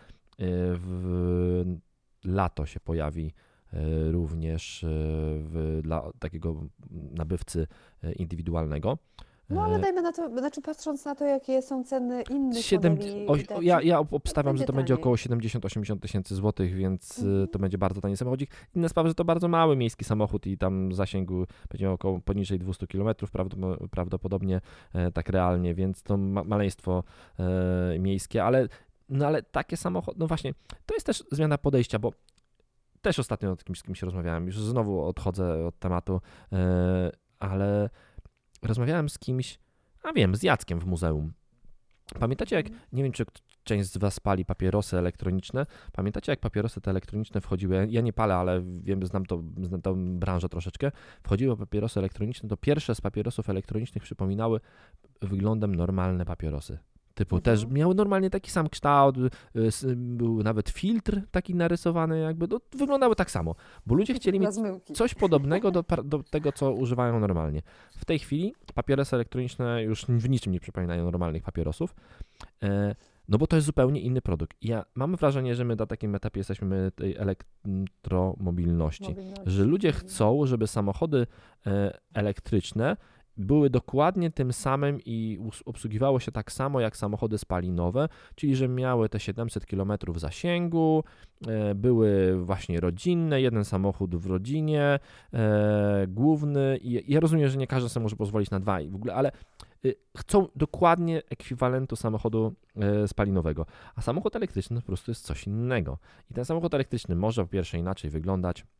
B: w lato się pojawi e, również e, w, dla takiego nabywcy e, indywidualnego.
C: No ale
B: E,
C: dajmy na to, znaczy patrząc na to, jakie są ceny innych
B: Siedem,
C: modeli
B: o,
C: Daci,
B: ja, ja obstawiam, że
C: będzie
B: to będzie
C: taniej.
B: około siedemdziesiąt do osiemdziesięciu tysięcy złotych, więc y,
C: Mhm.
B: to będzie bardzo tani samochodzik. Inna sprawa, że to bardzo mały miejski samochód i tam zasięgu będzie miał około poniżej dwieście kilometrów prawdopodobnie, prawdopodobnie e, tak realnie, więc to ma, maleństwo e, miejskie, ale, no ale takie samochody, no właśnie, to jest też zmiana podejścia, bo też ostatnio z kimś, z kimś rozmawiałem, już znowu odchodzę od tematu, e, ale rozmawiałem z kimś, a wiem, z Jackiem w muzeum. Pamiętacie jak, nie wiem czy k- część z was pali papierosy elektroniczne, pamiętacie jak papierosy te elektroniczne wchodziły, ja- ja nie palę, ale wiem, znam, to, znam tą branżę troszeczkę, wchodziły papierosy elektroniczne, to pierwsze z papierosów elektronicznych przypominały wyglądem normalne papierosy. Typu
C: Mhm.
B: też miały normalnie taki sam kształt, y, s- był nawet filtr taki narysowany jakby, no, wyglądały tak samo, bo ludzie chcieli
C: Dla
B: mieć
C: zmyłki.
B: coś podobnego do, par- do tego, co używają normalnie. W tej chwili papierosy elektroniczne już w niczym nie przypominają normalnych papierosów, e, no bo to jest zupełnie inny produkt. I ja mam wrażenie, że my na takim etapie jesteśmy tej elektromobilności,
C: Mobilności.
B: że ludzie
C: Mhm.
B: chcą, żeby samochody e, elektryczne były dokładnie tym samym i us- obsługiwało się tak samo jak samochody spalinowe, czyli że miały te siedemset kilometrów zasięgu, e, były właśnie rodzinne, jeden samochód w rodzinie, e, główny i ja rozumiem, że nie każdy sobie może pozwolić na dwa i w ogóle, ale y, chcą dokładnie ekwiwalentu samochodu e, spalinowego, a samochód elektryczny po prostu jest coś innego i ten samochód elektryczny może po pierwsze inaczej wyglądać,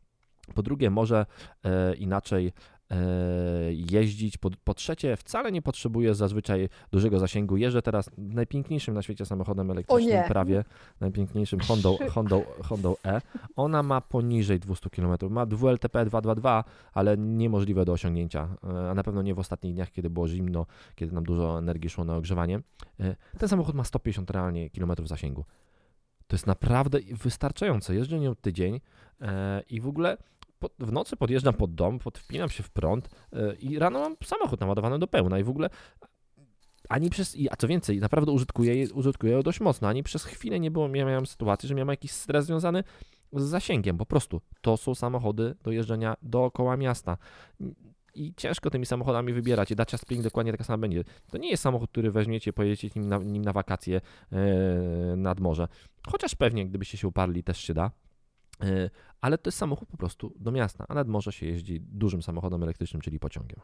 B: Po drugie, może e, inaczej e, jeździć. Po, po trzecie, wcale nie potrzebuje zazwyczaj dużego zasięgu. Jeżdżę teraz najpiękniejszym na świecie samochodem elektrycznym, prawie najpiękniejszym Hondą, Hondą, Hondą E. Ona ma poniżej dwieście kilometrów. Ma W L T P dwieście dwadzieścia dwa, ale niemożliwe do osiągnięcia. A na pewno nie w ostatnich dniach, kiedy było zimno, kiedy nam dużo energii szło na ogrzewanie. E, ten samochód ma sto pięćdziesiąt realnie kilometrów zasięgu. To jest naprawdę wystarczające. Jeżdżę nią tydzień e, i w ogóle pod, w nocy podjeżdżam pod dom, podwpinam się w prąd e, i rano mam samochód naładowany do pełna i w ogóle ani przez, a co więcej, naprawdę użytkuję, użytkuję ją dość mocno, ani przez chwilę nie było, miałem sytuacji, że miałem jakiś stres związany z zasięgiem. Po prostu to są samochody do jeżdżenia dookoła miasta. I ciężko tymi samochodami wybierać. I Dacia Spring dokładnie taka sama będzie. To nie jest samochód, który weźmiecie, pojedziecie nim na, nim na wakacje e, nad morze. Chociaż pewnie, gdybyście się uparli, też się da. E, ale to jest samochód po prostu do miasta. A nad morze się jeździ dużym samochodem elektrycznym, czyli pociągiem.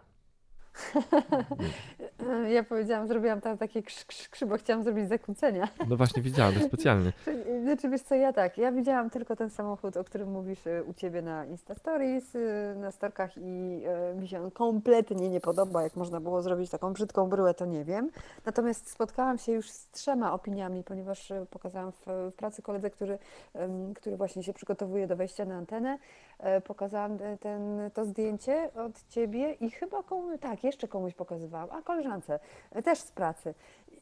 C: Ja powiedziałam, zrobiłam tam takie krz, krz, krz, bo chciałam zrobić zakłócenia.
B: No właśnie widziałem, to specjalnie.
C: Znaczy wiesz co, ja tak, ja widziałam tylko ten samochód, o którym mówisz u Ciebie na Insta Stories, na storkach i mi się on kompletnie nie podoba, jak można było zrobić taką brzydką bryłę, to nie wiem. Natomiast spotkałam się już z trzema opiniami, ponieważ pokazałam w, w pracy koledze, który, który właśnie się przygotowuje do wejścia na antenę, pokazałam ten, to zdjęcie od Ciebie i chyba komuś, tak, jeszcze komuś pokazywałam, a koleżance, też z pracy.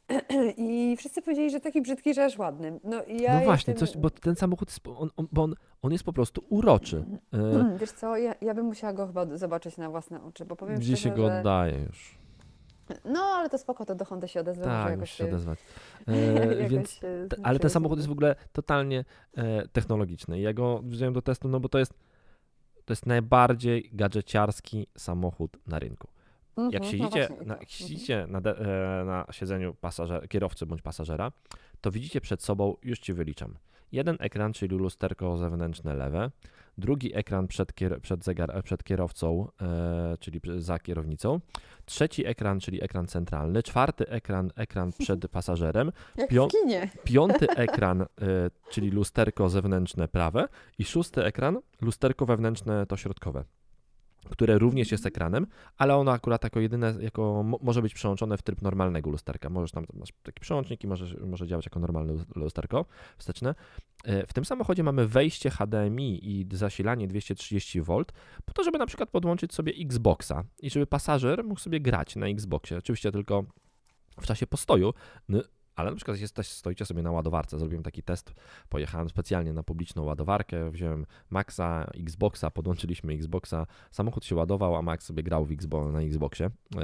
C: I wszyscy powiedzieli, że taki brzydki, że aż ładny. No, i ja
B: no właśnie,
C: jestem...
B: coś, bo ten samochód, jest, on, on, bo on, on jest po prostu uroczy.
C: E... Wiesz co, ja, ja bym musiała go chyba zobaczyć na własne oczy, bo powiem
B: Gdzie
C: szczerze,
B: się go
C: że...
B: oddaje już.
C: No, ale to spoko, to do Hondy się odezwę.
B: Tak,
C: może
B: jakoś
C: jakoś
B: się odezwać. E, więc, te, ale ten samochód jest w ogóle totalnie e, technologiczny. Ja go wziąłem do testu, no bo to jest, to jest najbardziej gadżeciarski samochód na rynku.
C: Mm-hmm,
B: jak siedzicie,
C: no
B: na, jak siedzicie na, de, e, na siedzeniu pasażer, kierowcy bądź pasażera, to widzicie przed sobą, już Ci wyliczam, jeden ekran, czyli lusterko zewnętrzne lewe, drugi ekran przed, kier, przed, zegar, przed kierowcą, e, czyli za kierownicą, trzeci ekran, czyli ekran centralny, czwarty ekran, ekran przed pasażerem,
C: jak
B: pią,
C: w kinie.
B: piąty ekran, e, czyli lusterko zewnętrzne prawe i szósty ekran, lusterko wewnętrzne to środkowe, które również jest ekranem, ale ono akurat jako jedyne, jako może być przełączone w tryb normalnego lusterka. Możesz tam, masz taki przełącznik i może, może działać jako normalne lusterko wsteczne. W tym samochodzie mamy wejście H D M I i zasilanie dwieście trzydzieści wolt, po to, żeby na przykład podłączyć sobie Xboxa i żeby pasażer mógł sobie grać na Xboxie. Oczywiście tylko w czasie postoju, no, ale na przykład jesteś, stoicie sobie na ładowarce, zrobiłem taki test, pojechałem specjalnie na publiczną ładowarkę, wziąłem Maxa, Xboxa, podłączyliśmy Xboxa, samochód się ładował, a Max sobie grał w Xbo- na Xboxie yy,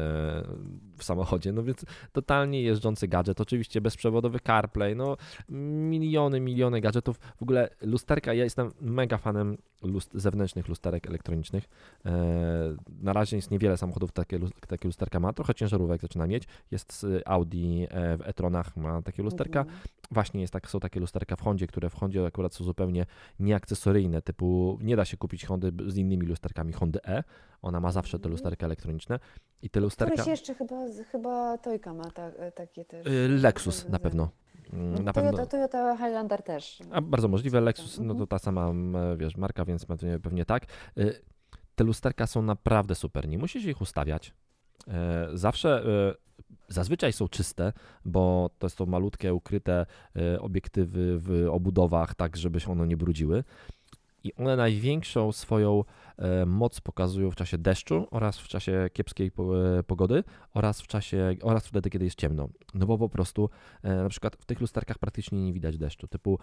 B: w samochodzie, no więc totalnie jeżdżący gadżet, oczywiście bezprzewodowy CarPlay, no miliony, miliony gadżetów, w ogóle lusterka, ja jestem mega fanem lust- zewnętrznych lusterek elektronicznych, yy, na razie jest niewiele samochodów takie, takie lusterka ma, trochę ciężarówek zaczyna mieć, jest Audi w e-tronach, ma takie lusterka. Mhm. Właśnie jest tak, są takie lusterka w Hondzie, które w Hondzie akurat są zupełnie nieakcesoryjne, typu nie da się kupić Hondy z innymi lusterkami Hondy E. Ona ma zawsze te lusterka elektroniczne. I te lusterka...
C: Któreś jeszcze chyba, chyba Toyka ma ta, takie też.
B: Lexus na pewno.
C: Na Toyota, pewno. Toyota Highlander też.
B: A bardzo możliwe. Lexus, no to ta sama, wiesz, marka, więc pewnie, pewnie tak. Te lusterka są naprawdę super. Nie musisz ich ustawiać. Zawsze... Zazwyczaj są czyste, bo to są malutkie, ukryte obiektywy w obudowach, tak żeby się one nie brudziły. I one największą swoją moc pokazują w czasie deszczu oraz w czasie kiepskiej pogody oraz w czasie, oraz wtedy, kiedy jest ciemno. No bo po prostu na przykład w tych lusterkach praktycznie nie widać deszczu. Typu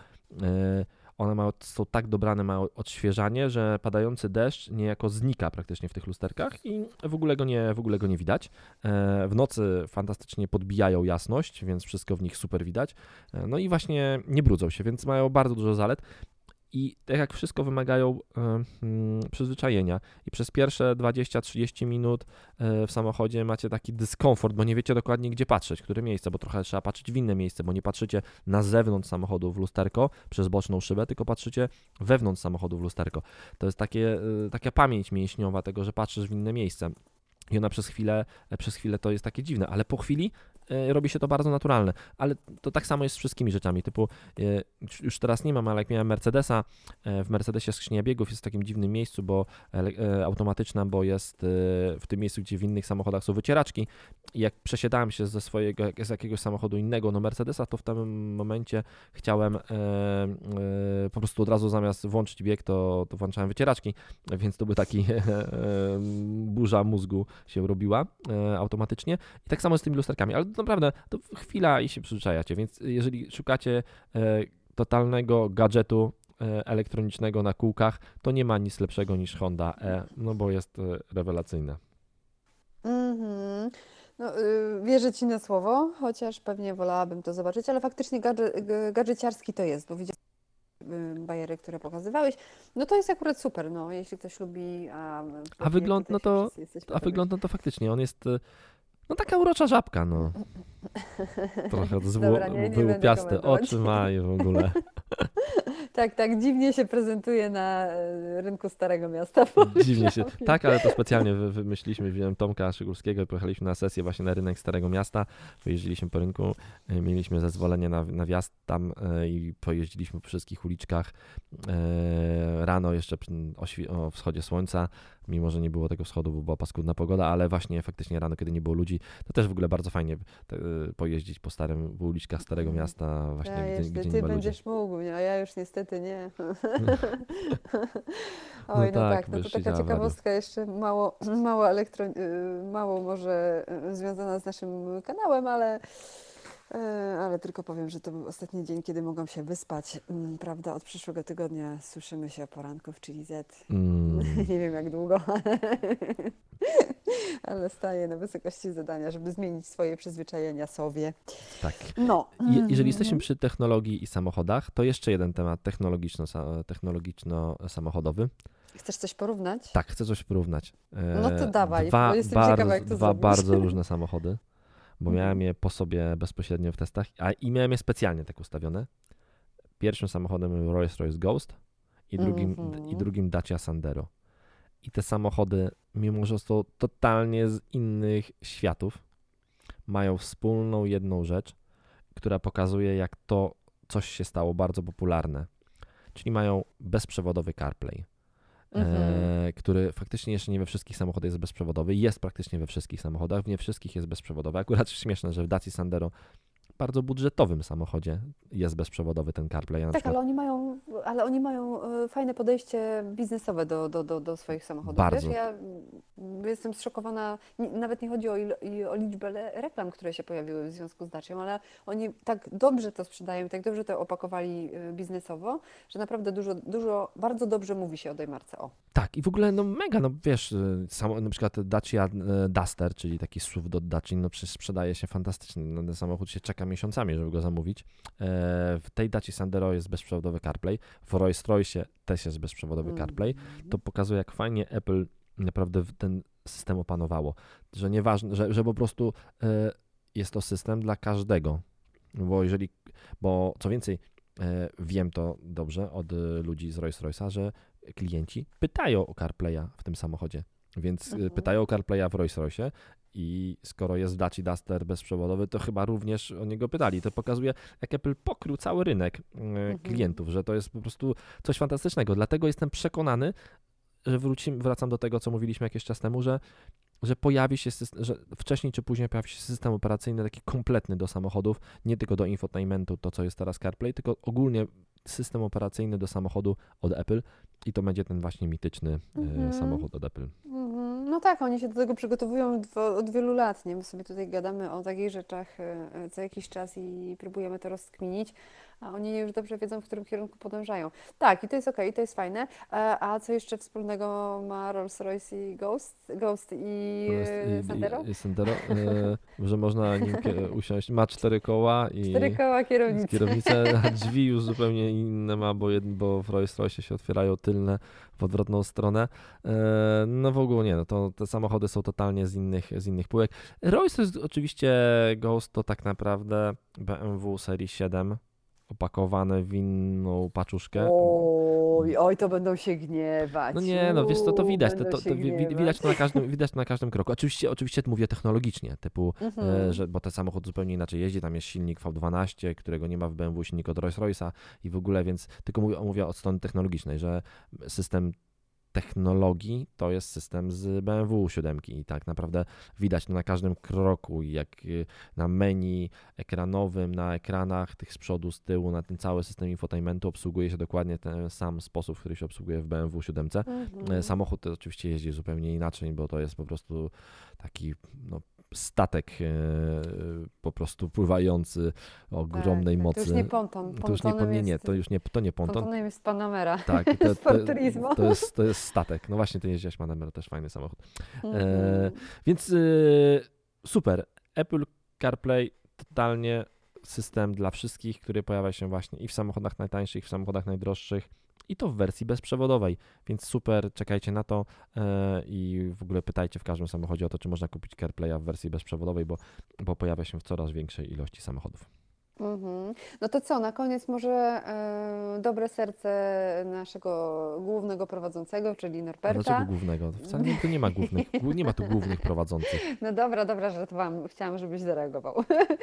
B: one mają, są tak dobrane, mają odświeżanie, że padający deszcz niejako znika praktycznie w tych lusterkach i w ogóle go nie, w ogóle go nie widać. W nocy fantastycznie podbijają jasność, więc wszystko w nich super widać. No i właśnie nie brudzą się, więc mają bardzo dużo zalet. I tak jak wszystko wymagają y, y, przyzwyczajenia i przez pierwsze dwadzieścia trzydzieści minut y, w samochodzie macie taki dyskomfort, bo nie wiecie dokładnie gdzie patrzeć, które miejsce, bo trochę trzeba patrzeć w inne miejsce, bo nie patrzycie na zewnątrz samochodu w lusterko przez boczną szybę, tylko patrzycie wewnątrz samochodu w lusterko. To jest takie, y, taka pamięć mięśniowa tego, że patrzysz w inne miejsce. I ona przez chwilę, przez chwilę to jest takie dziwne, ale po chwili e, robi się to bardzo naturalne, ale to tak samo jest z wszystkimi rzeczami, typu e, już teraz nie mam, ale jak miałem Mercedesa, e, w Mercedesie skrzynia biegów jest w takim dziwnym miejscu, bo e, e, automatyczna, bo jest e, w tym miejscu, gdzie w innych samochodach są wycieraczki i jak przesiadałem się ze swojego, z jakiegoś samochodu innego na Mercedesa, to w tym momencie chciałem e, e, po prostu od razu zamiast włączyć bieg, to, to włączałem wycieraczki, więc to był taki e, e, burza mózgu się robiła e, automatycznie i tak samo z tymi lusterkami, ale naprawdę to chwila i się przyzwyczajacie, więc jeżeli szukacie e, totalnego gadżetu e, elektronicznego na kółkach, to nie ma nic lepszego niż Honda E, no bo jest e, rewelacyjna.
C: Mhm. No, y, wierzę Ci na słowo, chociaż pewnie wolałabym to zobaczyć, ale faktycznie gadże, g- gadżeciarski to jest, bo widziałam y, bajery, które pokazywałeś. No to jest akurat super, no, jeśli ktoś lubi, a
B: A
C: pewnie
B: wygląd,
C: tutaj
B: no
C: się
B: to,
C: wszyscy jesteśmy
B: a
C: pewni.
B: wygląda to faktycznie, on jest e, no taka urocza żabka, no. Trochę
C: Dobra, nie, nie będę
B: wyłupiaste
C: komentować.
B: oczy ma i w ogóle.
C: Tak, tak, dziwnie się prezentuje na e, rynku Starego Miasta.
B: Dziwnie się.
C: powiedziałabym.
B: Tak, ale to specjalnie wy- wymyśliliśmy, wziąłem Tomka Szygórskiego i pojechaliśmy na sesję właśnie na rynek Starego Miasta. Pojeździliśmy po rynku, e, mieliśmy zezwolenie na, na wjazd tam e, i pojeździliśmy po wszystkich uliczkach. E, Rano jeszcze przy- o, świ- o wschodzie słońca, mimo że nie było tego wschodu, bo była paskudna pogoda, ale właśnie faktycznie rano, kiedy nie było ludzi, to też w ogóle bardzo fajnie te, pojeździć po starym, po uliczkach Starego Miasta, właśnie
C: Ja
B: gdzie,
C: jeszcze,
B: gdzie
C: ty
B: nie ma ludzi.
C: będziesz mógł, nie, a ja już niestety nie.
B: No
C: Oj, no
B: tak,
C: tak,
B: bo
C: no to
B: już
C: taka
B: siedziała w radiu.
C: ciekawostka jeszcze mało, mało, elektro, y, mało może y, związana z naszym kanałem, ale, y, ale tylko powiem, że to był ostatni dzień, kiedy mogłam się wyspać. Mm, Prawda, od przyszłego tygodnia słyszymy się o poranku w Chili Z.
B: Mm,
C: Nie wiem jak długo, ale, ale staję na wysokości zadania, żeby zmienić swoje przyzwyczajenia sobie.
B: tak.
C: No.
B: Je- Jeżeli jesteśmy
C: Mhm.
B: przy technologii i samochodach, to jeszcze jeden temat technologiczno- technologiczno-samochodowy.
C: Chcesz coś porównać?
B: Tak, chcę coś porównać. E,
C: No to dawaj,
B: Dwa,
C: bo jestem ciekawa, jak to
B: dwa
C: zrobisz.
B: bardzo różne samochody, bo
C: Mhm.
B: miałem je po sobie bezpośrednio w testach, a i miałem je specjalnie tak ustawione. Pierwszym samochodem był Rolls-Royce Ghost i drugim,
C: Mhm.
B: i drugim Dacia Sandero. I te samochody, mimo że są totalnie z innych światów, mają wspólną jedną rzecz, która pokazuje, jak to coś się stało bardzo popularne. Czyli mają bezprzewodowy CarPlay,
C: Mhm.
B: e, który faktycznie jeszcze nie we wszystkich samochodach jest bezprzewodowy. Jest praktycznie we wszystkich samochodach, w nie wszystkich jest bezprzewodowy. Akurat śmieszne, że w Dacia Sandero, bardzo budżetowym samochodzie, jest bezprzewodowy ten CarPlay. Ja na
C: Tak,
B: przykład
C: ale oni mają, ale oni mają e, fajne podejście biznesowe do, do, do, do swoich samochodów.
B: Bardzo.
C: Wiesz, ja mm, jestem zszokowana, ni- nawet nie chodzi o, ilo, i o liczbę le- reklam, które się pojawiły w związku z Dacią, ale oni tak dobrze to sprzedają, tak dobrze to opakowali e, biznesowo, że naprawdę dużo, dużo, bardzo dobrze mówi się o tej marce. O.
B: Tak, i w ogóle no mega, no wiesz, y, samo, na przykład Dacia y, Duster, czyli taki S U V do Daci, no przecież sprzedaje się fantastycznie, no, ten samochód się czeka miesiącami, żeby go zamówić. E, w tej Daci Sandero jest bezprzewodowy CarPlay, w Rolls-Royce też jest bezprzewodowy CarPlay. To pokazuje, jak fajnie Apple naprawdę w ten system opanowało, że nieważne, że, że po prostu e, jest to system dla każdego, bo jeżeli, bo co więcej, e, wiem to dobrze od e, ludzi z Rolls-Royce'a, że klienci pytają o CarPlaya w tym samochodzie, więc
C: Mhm.
B: pytają o CarPlaya w Rolls-Royce i skoro jest Dacia Duster bezprzewodowy, to chyba również o niego pytali. To pokazuje, jak Apple pokrył cały rynek e, klientów, że to jest po prostu coś fantastycznego. Dlatego jestem przekonany, że wrócimy, wracam do tego, co mówiliśmy jakiś czas temu, że, że pojawi się system, że wcześniej czy później pojawi się system operacyjny taki kompletny do samochodów, nie tylko do infotainmentu, to co jest teraz CarPlay, tylko ogólnie system operacyjny do samochodu od Apple i to będzie ten właśnie mityczny e,
C: Mhm.
B: samochód od Apple.
C: Mhm. No tak, oni się do tego przygotowują od, od wielu lat, nie? My sobie tutaj gadamy o takich rzeczach e, e, co jakiś czas i próbujemy to rozkminić, a oni już dobrze wiedzą, w którym kierunku podążają. Tak, i to jest okej, to jest fajne. A, a co jeszcze wspólnego ma Rolls-Royce i Ghost, Ghost i e, Sandero?
B: I, i Sandero, e, że można nim kie- usiąść, ma cztery koła i
C: Cztery koła kierownicy.
B: kierownicę, a drzwi już zupełnie inne ma, bo, jed, bo w Rolls-Royce się otwierają tylne w odwrotną stronę. E, no w ogóle nie, no to te samochody są totalnie z innych, z innych półek. Rolls-Royce oczywiście Ghost to tak naprawdę B M W serii siedem opakowane w inną paczuszkę.
C: O, Oj, oj, to będą się gniewać.
B: No nie, no wiesz co, to widać, to,
C: Będą
B: to,
C: się
B: to wi-
C: gniewać.
B: widać, to na każdym, widać to na każdym kroku. Oczywiście, oczywiście mówię technologicznie, typu,
C: Mhm.
B: e, że, bo ten samochód zupełnie inaczej jeździ, tam jest silnik V dwanaście, którego nie ma w B M W, silnik od Rolls-Royce'a i w ogóle, więc tylko mówię, mówię od strony technologicznej, że system technologii to jest system z B M W siedem i tak naprawdę widać to na każdym kroku, jak y, na menu ekranowym, na ekranach tych z przodu, z tyłu, na ten cały system infotainmentu obsługuje się dokładnie ten sam sposób, w który się obsługuje w B M W siedem.
C: Mhm.
B: Samochód to oczywiście jeździ zupełnie inaczej, bo to jest po prostu taki no, statek e, po prostu pływający o ogromnej
C: tak,
B: mocy.
C: To już nie ponton.
B: To już nie,
C: Pontonem
B: nie, nie,
C: jest,
B: to już nie, to nie ponton.
C: Pontonem jest Panamera.
B: Tak, to, to,
C: Sport Turismo.
B: to, jest, to jest statek. No właśnie, ty jeździłeś Panamera, też fajny samochód. E,
C: Mhm.
B: więc e, super. Apple CarPlay totalnie system dla wszystkich, który pojawia się właśnie i w samochodach najtańszych, i w samochodach najdroższych. I to w wersji bezprzewodowej, więc super, czekajcie na to e, i w ogóle pytajcie w każdym samochodzie o to, czy można kupić CarPlaya w wersji bezprzewodowej, bo, bo pojawia się w coraz większej ilości samochodów.
C: Mhm. No to co, na koniec może e, dobre serce naszego głównego prowadzącego, czyli
B: A
C: Norberta.
B: dlaczego głównego? Wcale nie, tu nie ma głównych, głó- nie ma tu głównych prowadzących.
C: No dobra, dobra, żartowałam. Chciałam, żebyś zareagował.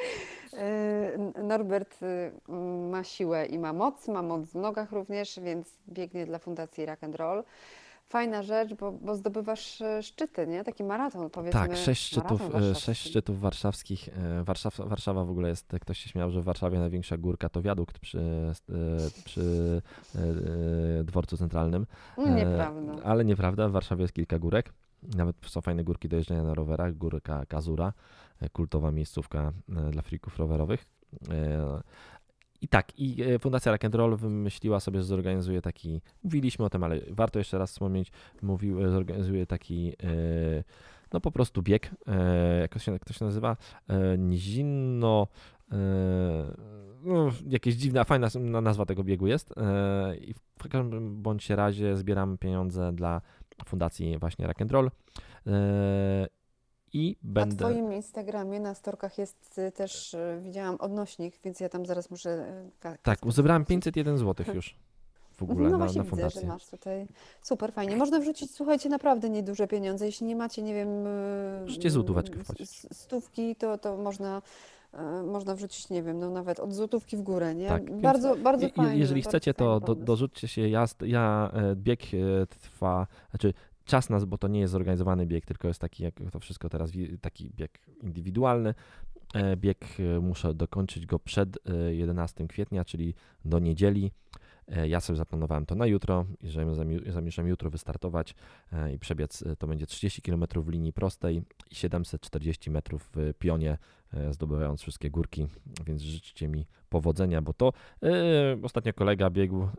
C: E, Norbert y, ma siłę i ma moc, ma moc w nogach również, więc biegnie dla Fundacji Rock and Roll. Fajna rzecz, bo, bo zdobywasz e, szczyty, nie? Taki maraton, powiedzmy.
B: Tak, sześć szczytów,
C: maraton
B: e,
C: warszawski.
B: sześć szczytów warszawskich. E, Warszaw, Warszawa w ogóle jest, ktoś się śmiał, że w Warszawie największa górka to wiadukt przy, e, przy e, e, dworcu centralnym.
C: No, nieprawda.
B: E, ale nieprawda, w Warszawie jest kilka górek. Nawet są fajne górki do jeżdżenia na rowerach. Górka Kazura, e, kultowa miejscówka e, dla freaków rowerowych. E, I tak, i e, Fundacja Rock and Roll wymyśliła sobie, że zorganizuje taki, mówiliśmy o tym, ale warto jeszcze raz wspomnieć, mówił, e, zorganizuje taki, e, no po prostu bieg, e, jak to się, jak to się nazywa, e, Nizino, e, no, jakieś dziwna, fajna nazwa tego biegu jest e, i w każdym bądź razie zbieram pieniądze dla Fundacji właśnie Rock and Roll. E, I będę...
C: Na Twoim Instagramie, na storkach jest y, też, y, widziałam odnośnik, więc ja tam zaraz muszę... y, ka-
B: Tak,
C: kaskę
B: zebrałem
C: wrzucić.
B: pięćset jeden złotych już w ogóle
C: No
B: na,
C: właśnie
B: na
C: widzę,
B: fundację.
C: że masz tutaj super fajnie. Można wrzucić, słuchajcie, naprawdę nieduże pieniądze. Jeśli nie macie, nie wiem, y,
B: Możecie złotóweczkę
C: s-
B: wpłacić.
C: s- stówki, to, to można, y, można wrzucić, nie wiem, no nawet od złotówki w górę, nie?
B: Tak, więc
C: Bardzo, bardzo
B: Je- je-
C: fajnie.
B: Jeżeli
C: bardzo
B: chcecie,
C: fajny
B: to do,
C: pomysł.
B: dorzućcie się. Ja, st- ja e, bieg e, trwa, znaczy czas nas, bo to nie jest zorganizowany bieg, tylko jest taki, jak to wszystko teraz, wi- taki bieg indywidualny. E, Bieg e, muszę dokończyć go przed e, jedenastego kwietnia, czyli do niedzieli. E, Ja sobie zaplanowałem to na jutro i że zami- zamierzam jutro wystartować e, i przebiec e, to będzie trzydzieści kilometrów w linii prostej i siedemset czterdzieści metrów w pionie, e, zdobywając wszystkie górki, więc życzcie mi powodzenia, bo to e, ostatnio kolega biegł e,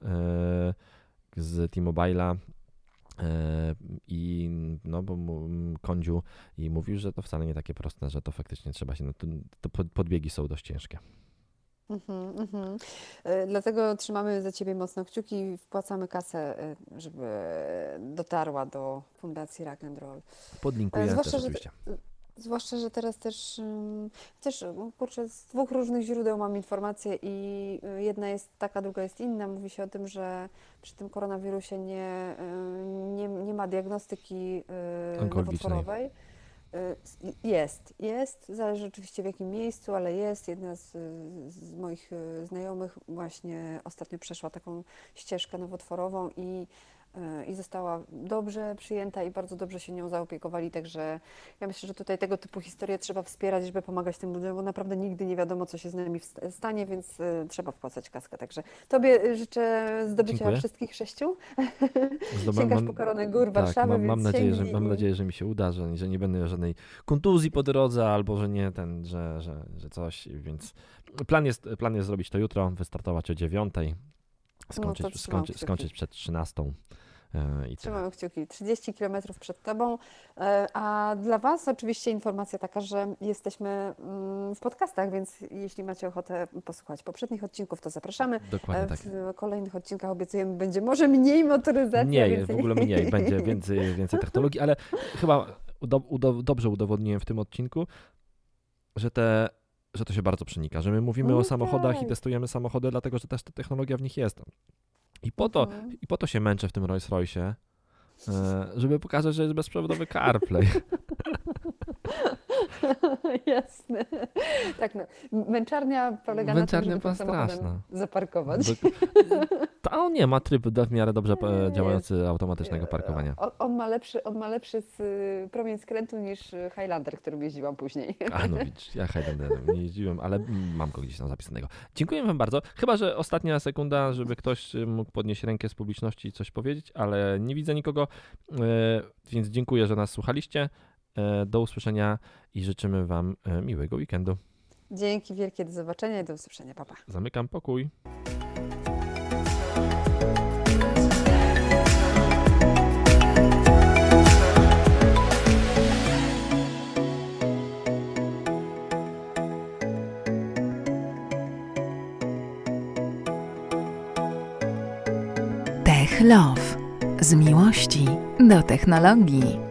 B: z T-Mobile'a e, i no bo mu, m, kądziu i mówił, że to wcale nie takie proste, że to faktycznie trzeba się, no to, to pod- podbiegi są dość ciężkie.
C: Mhm, mhm. E, Dlatego trzymamy za Ciebie mocno kciuki i wpłacamy kasę, e, żeby dotarła do Fundacji Rock and Roll.
B: Podlinkuję
C: E,
B: też
C: zwłaszcza, że-
B: oczywiście.
C: Zwłaszcza, że teraz też, ym, też no, kurczę, z dwóch różnych źródeł mam informacje i y, jedna jest taka, druga jest inna. Mówi się o tym, że przy tym koronawirusie nie, y, nie, nie ma diagnostyki y,
B: Onkologicznej.
C: nowotworowej. Y, s- Jest, jest, zależy oczywiście w jakim miejscu, ale jest. Jedna z, z moich y, znajomych właśnie ostatnio przeszła taką ścieżkę nowotworową i y, i została dobrze przyjęta i bardzo dobrze się nią zaopiekowali, także ja myślę, że tutaj tego typu historie trzeba wspierać, żeby pomagać tym ludziom, bo naprawdę nigdy nie wiadomo, co się z nami wst- stanie, więc y, trzeba wpłacać kaskę. Także Tobie y, życzę zdobycia
B: Dziękuję.
C: wszystkich sześciu.
B: Zdobyłem-
C: Sięgasz
B: mam-
C: po koronę gór
B: Tak,
C: Warszawy,
B: mam,
C: więc
B: mam, nadzieję, że,
C: sięgnij
B: mam
C: i-
B: nadzieję, że mi się uda, że, że nie będę miał żadnej kontuzji po drodze, albo że nie ten, że, że, że coś, więc plan jest, plan jest zrobić to jutro, wystartować o dziewiątej, skończyć,
C: No to trzymam
B: skończyć,
C: kciuki.
B: skończyć przed trzynastą. e, I tyle.
C: Trzymamy kciuki. trzydzieści kilometrów przed Tobą. E, A dla Was oczywiście informacja taka, że jesteśmy mm, w podcastach, więc jeśli macie ochotę posłuchać poprzednich odcinków, to zapraszamy.
B: Dokładnie
C: E,
B: tak.
C: W kolejnych odcinkach obiecujemy, będzie może mniej motoryzacji.
B: Mniej, w ogóle mniej, będzie więcej, więcej technologii, ale chyba udo, udo, dobrze udowodniłem w tym odcinku, że, te, że to się bardzo przenika, że my mówimy
C: No
B: o samochodach i
C: tak.
B: testujemy samochody, dlatego że też ta technologia w nich jest. I po to,
C: Mhm.
B: i po to się męczę w tym Rolls Royce'ie, e, żeby pokazać, że jest bezprzewodowy CarPlay.
C: Jasne. Tak, no. Męczarnia polega
B: Męczarnia
C: na tym, żeby
B: była
C: tym samochodem
B: straszna.
C: zaparkować.
B: Do- To on nie ma tryb w miarę dobrze
C: Nie,
B: e,
C: nie.
B: działający automatycznego parkowania.
C: On, on ma lepszy, on ma lepszy z, y, promień skrętu niż y, Highlander, którym jeździłam później.
B: A no widzisz, ja Highlanderem nie jeździłem, ale mm, mam go gdzieś tam zapisanego. Dziękuję wam bardzo. Chyba że ostatnia sekunda, żeby ktoś y, mógł podnieść rękę z publiczności i coś powiedzieć, ale nie widzę nikogo, e, więc dziękuję, że nas słuchaliście. E, Do usłyszenia i życzymy wam e, miłego weekendu.
C: Dzięki wielkie, do zobaczenia i do usłyszenia. Pa, pa.
B: Zamykam pokój.
A: Tech Love. Z miłości do technologii.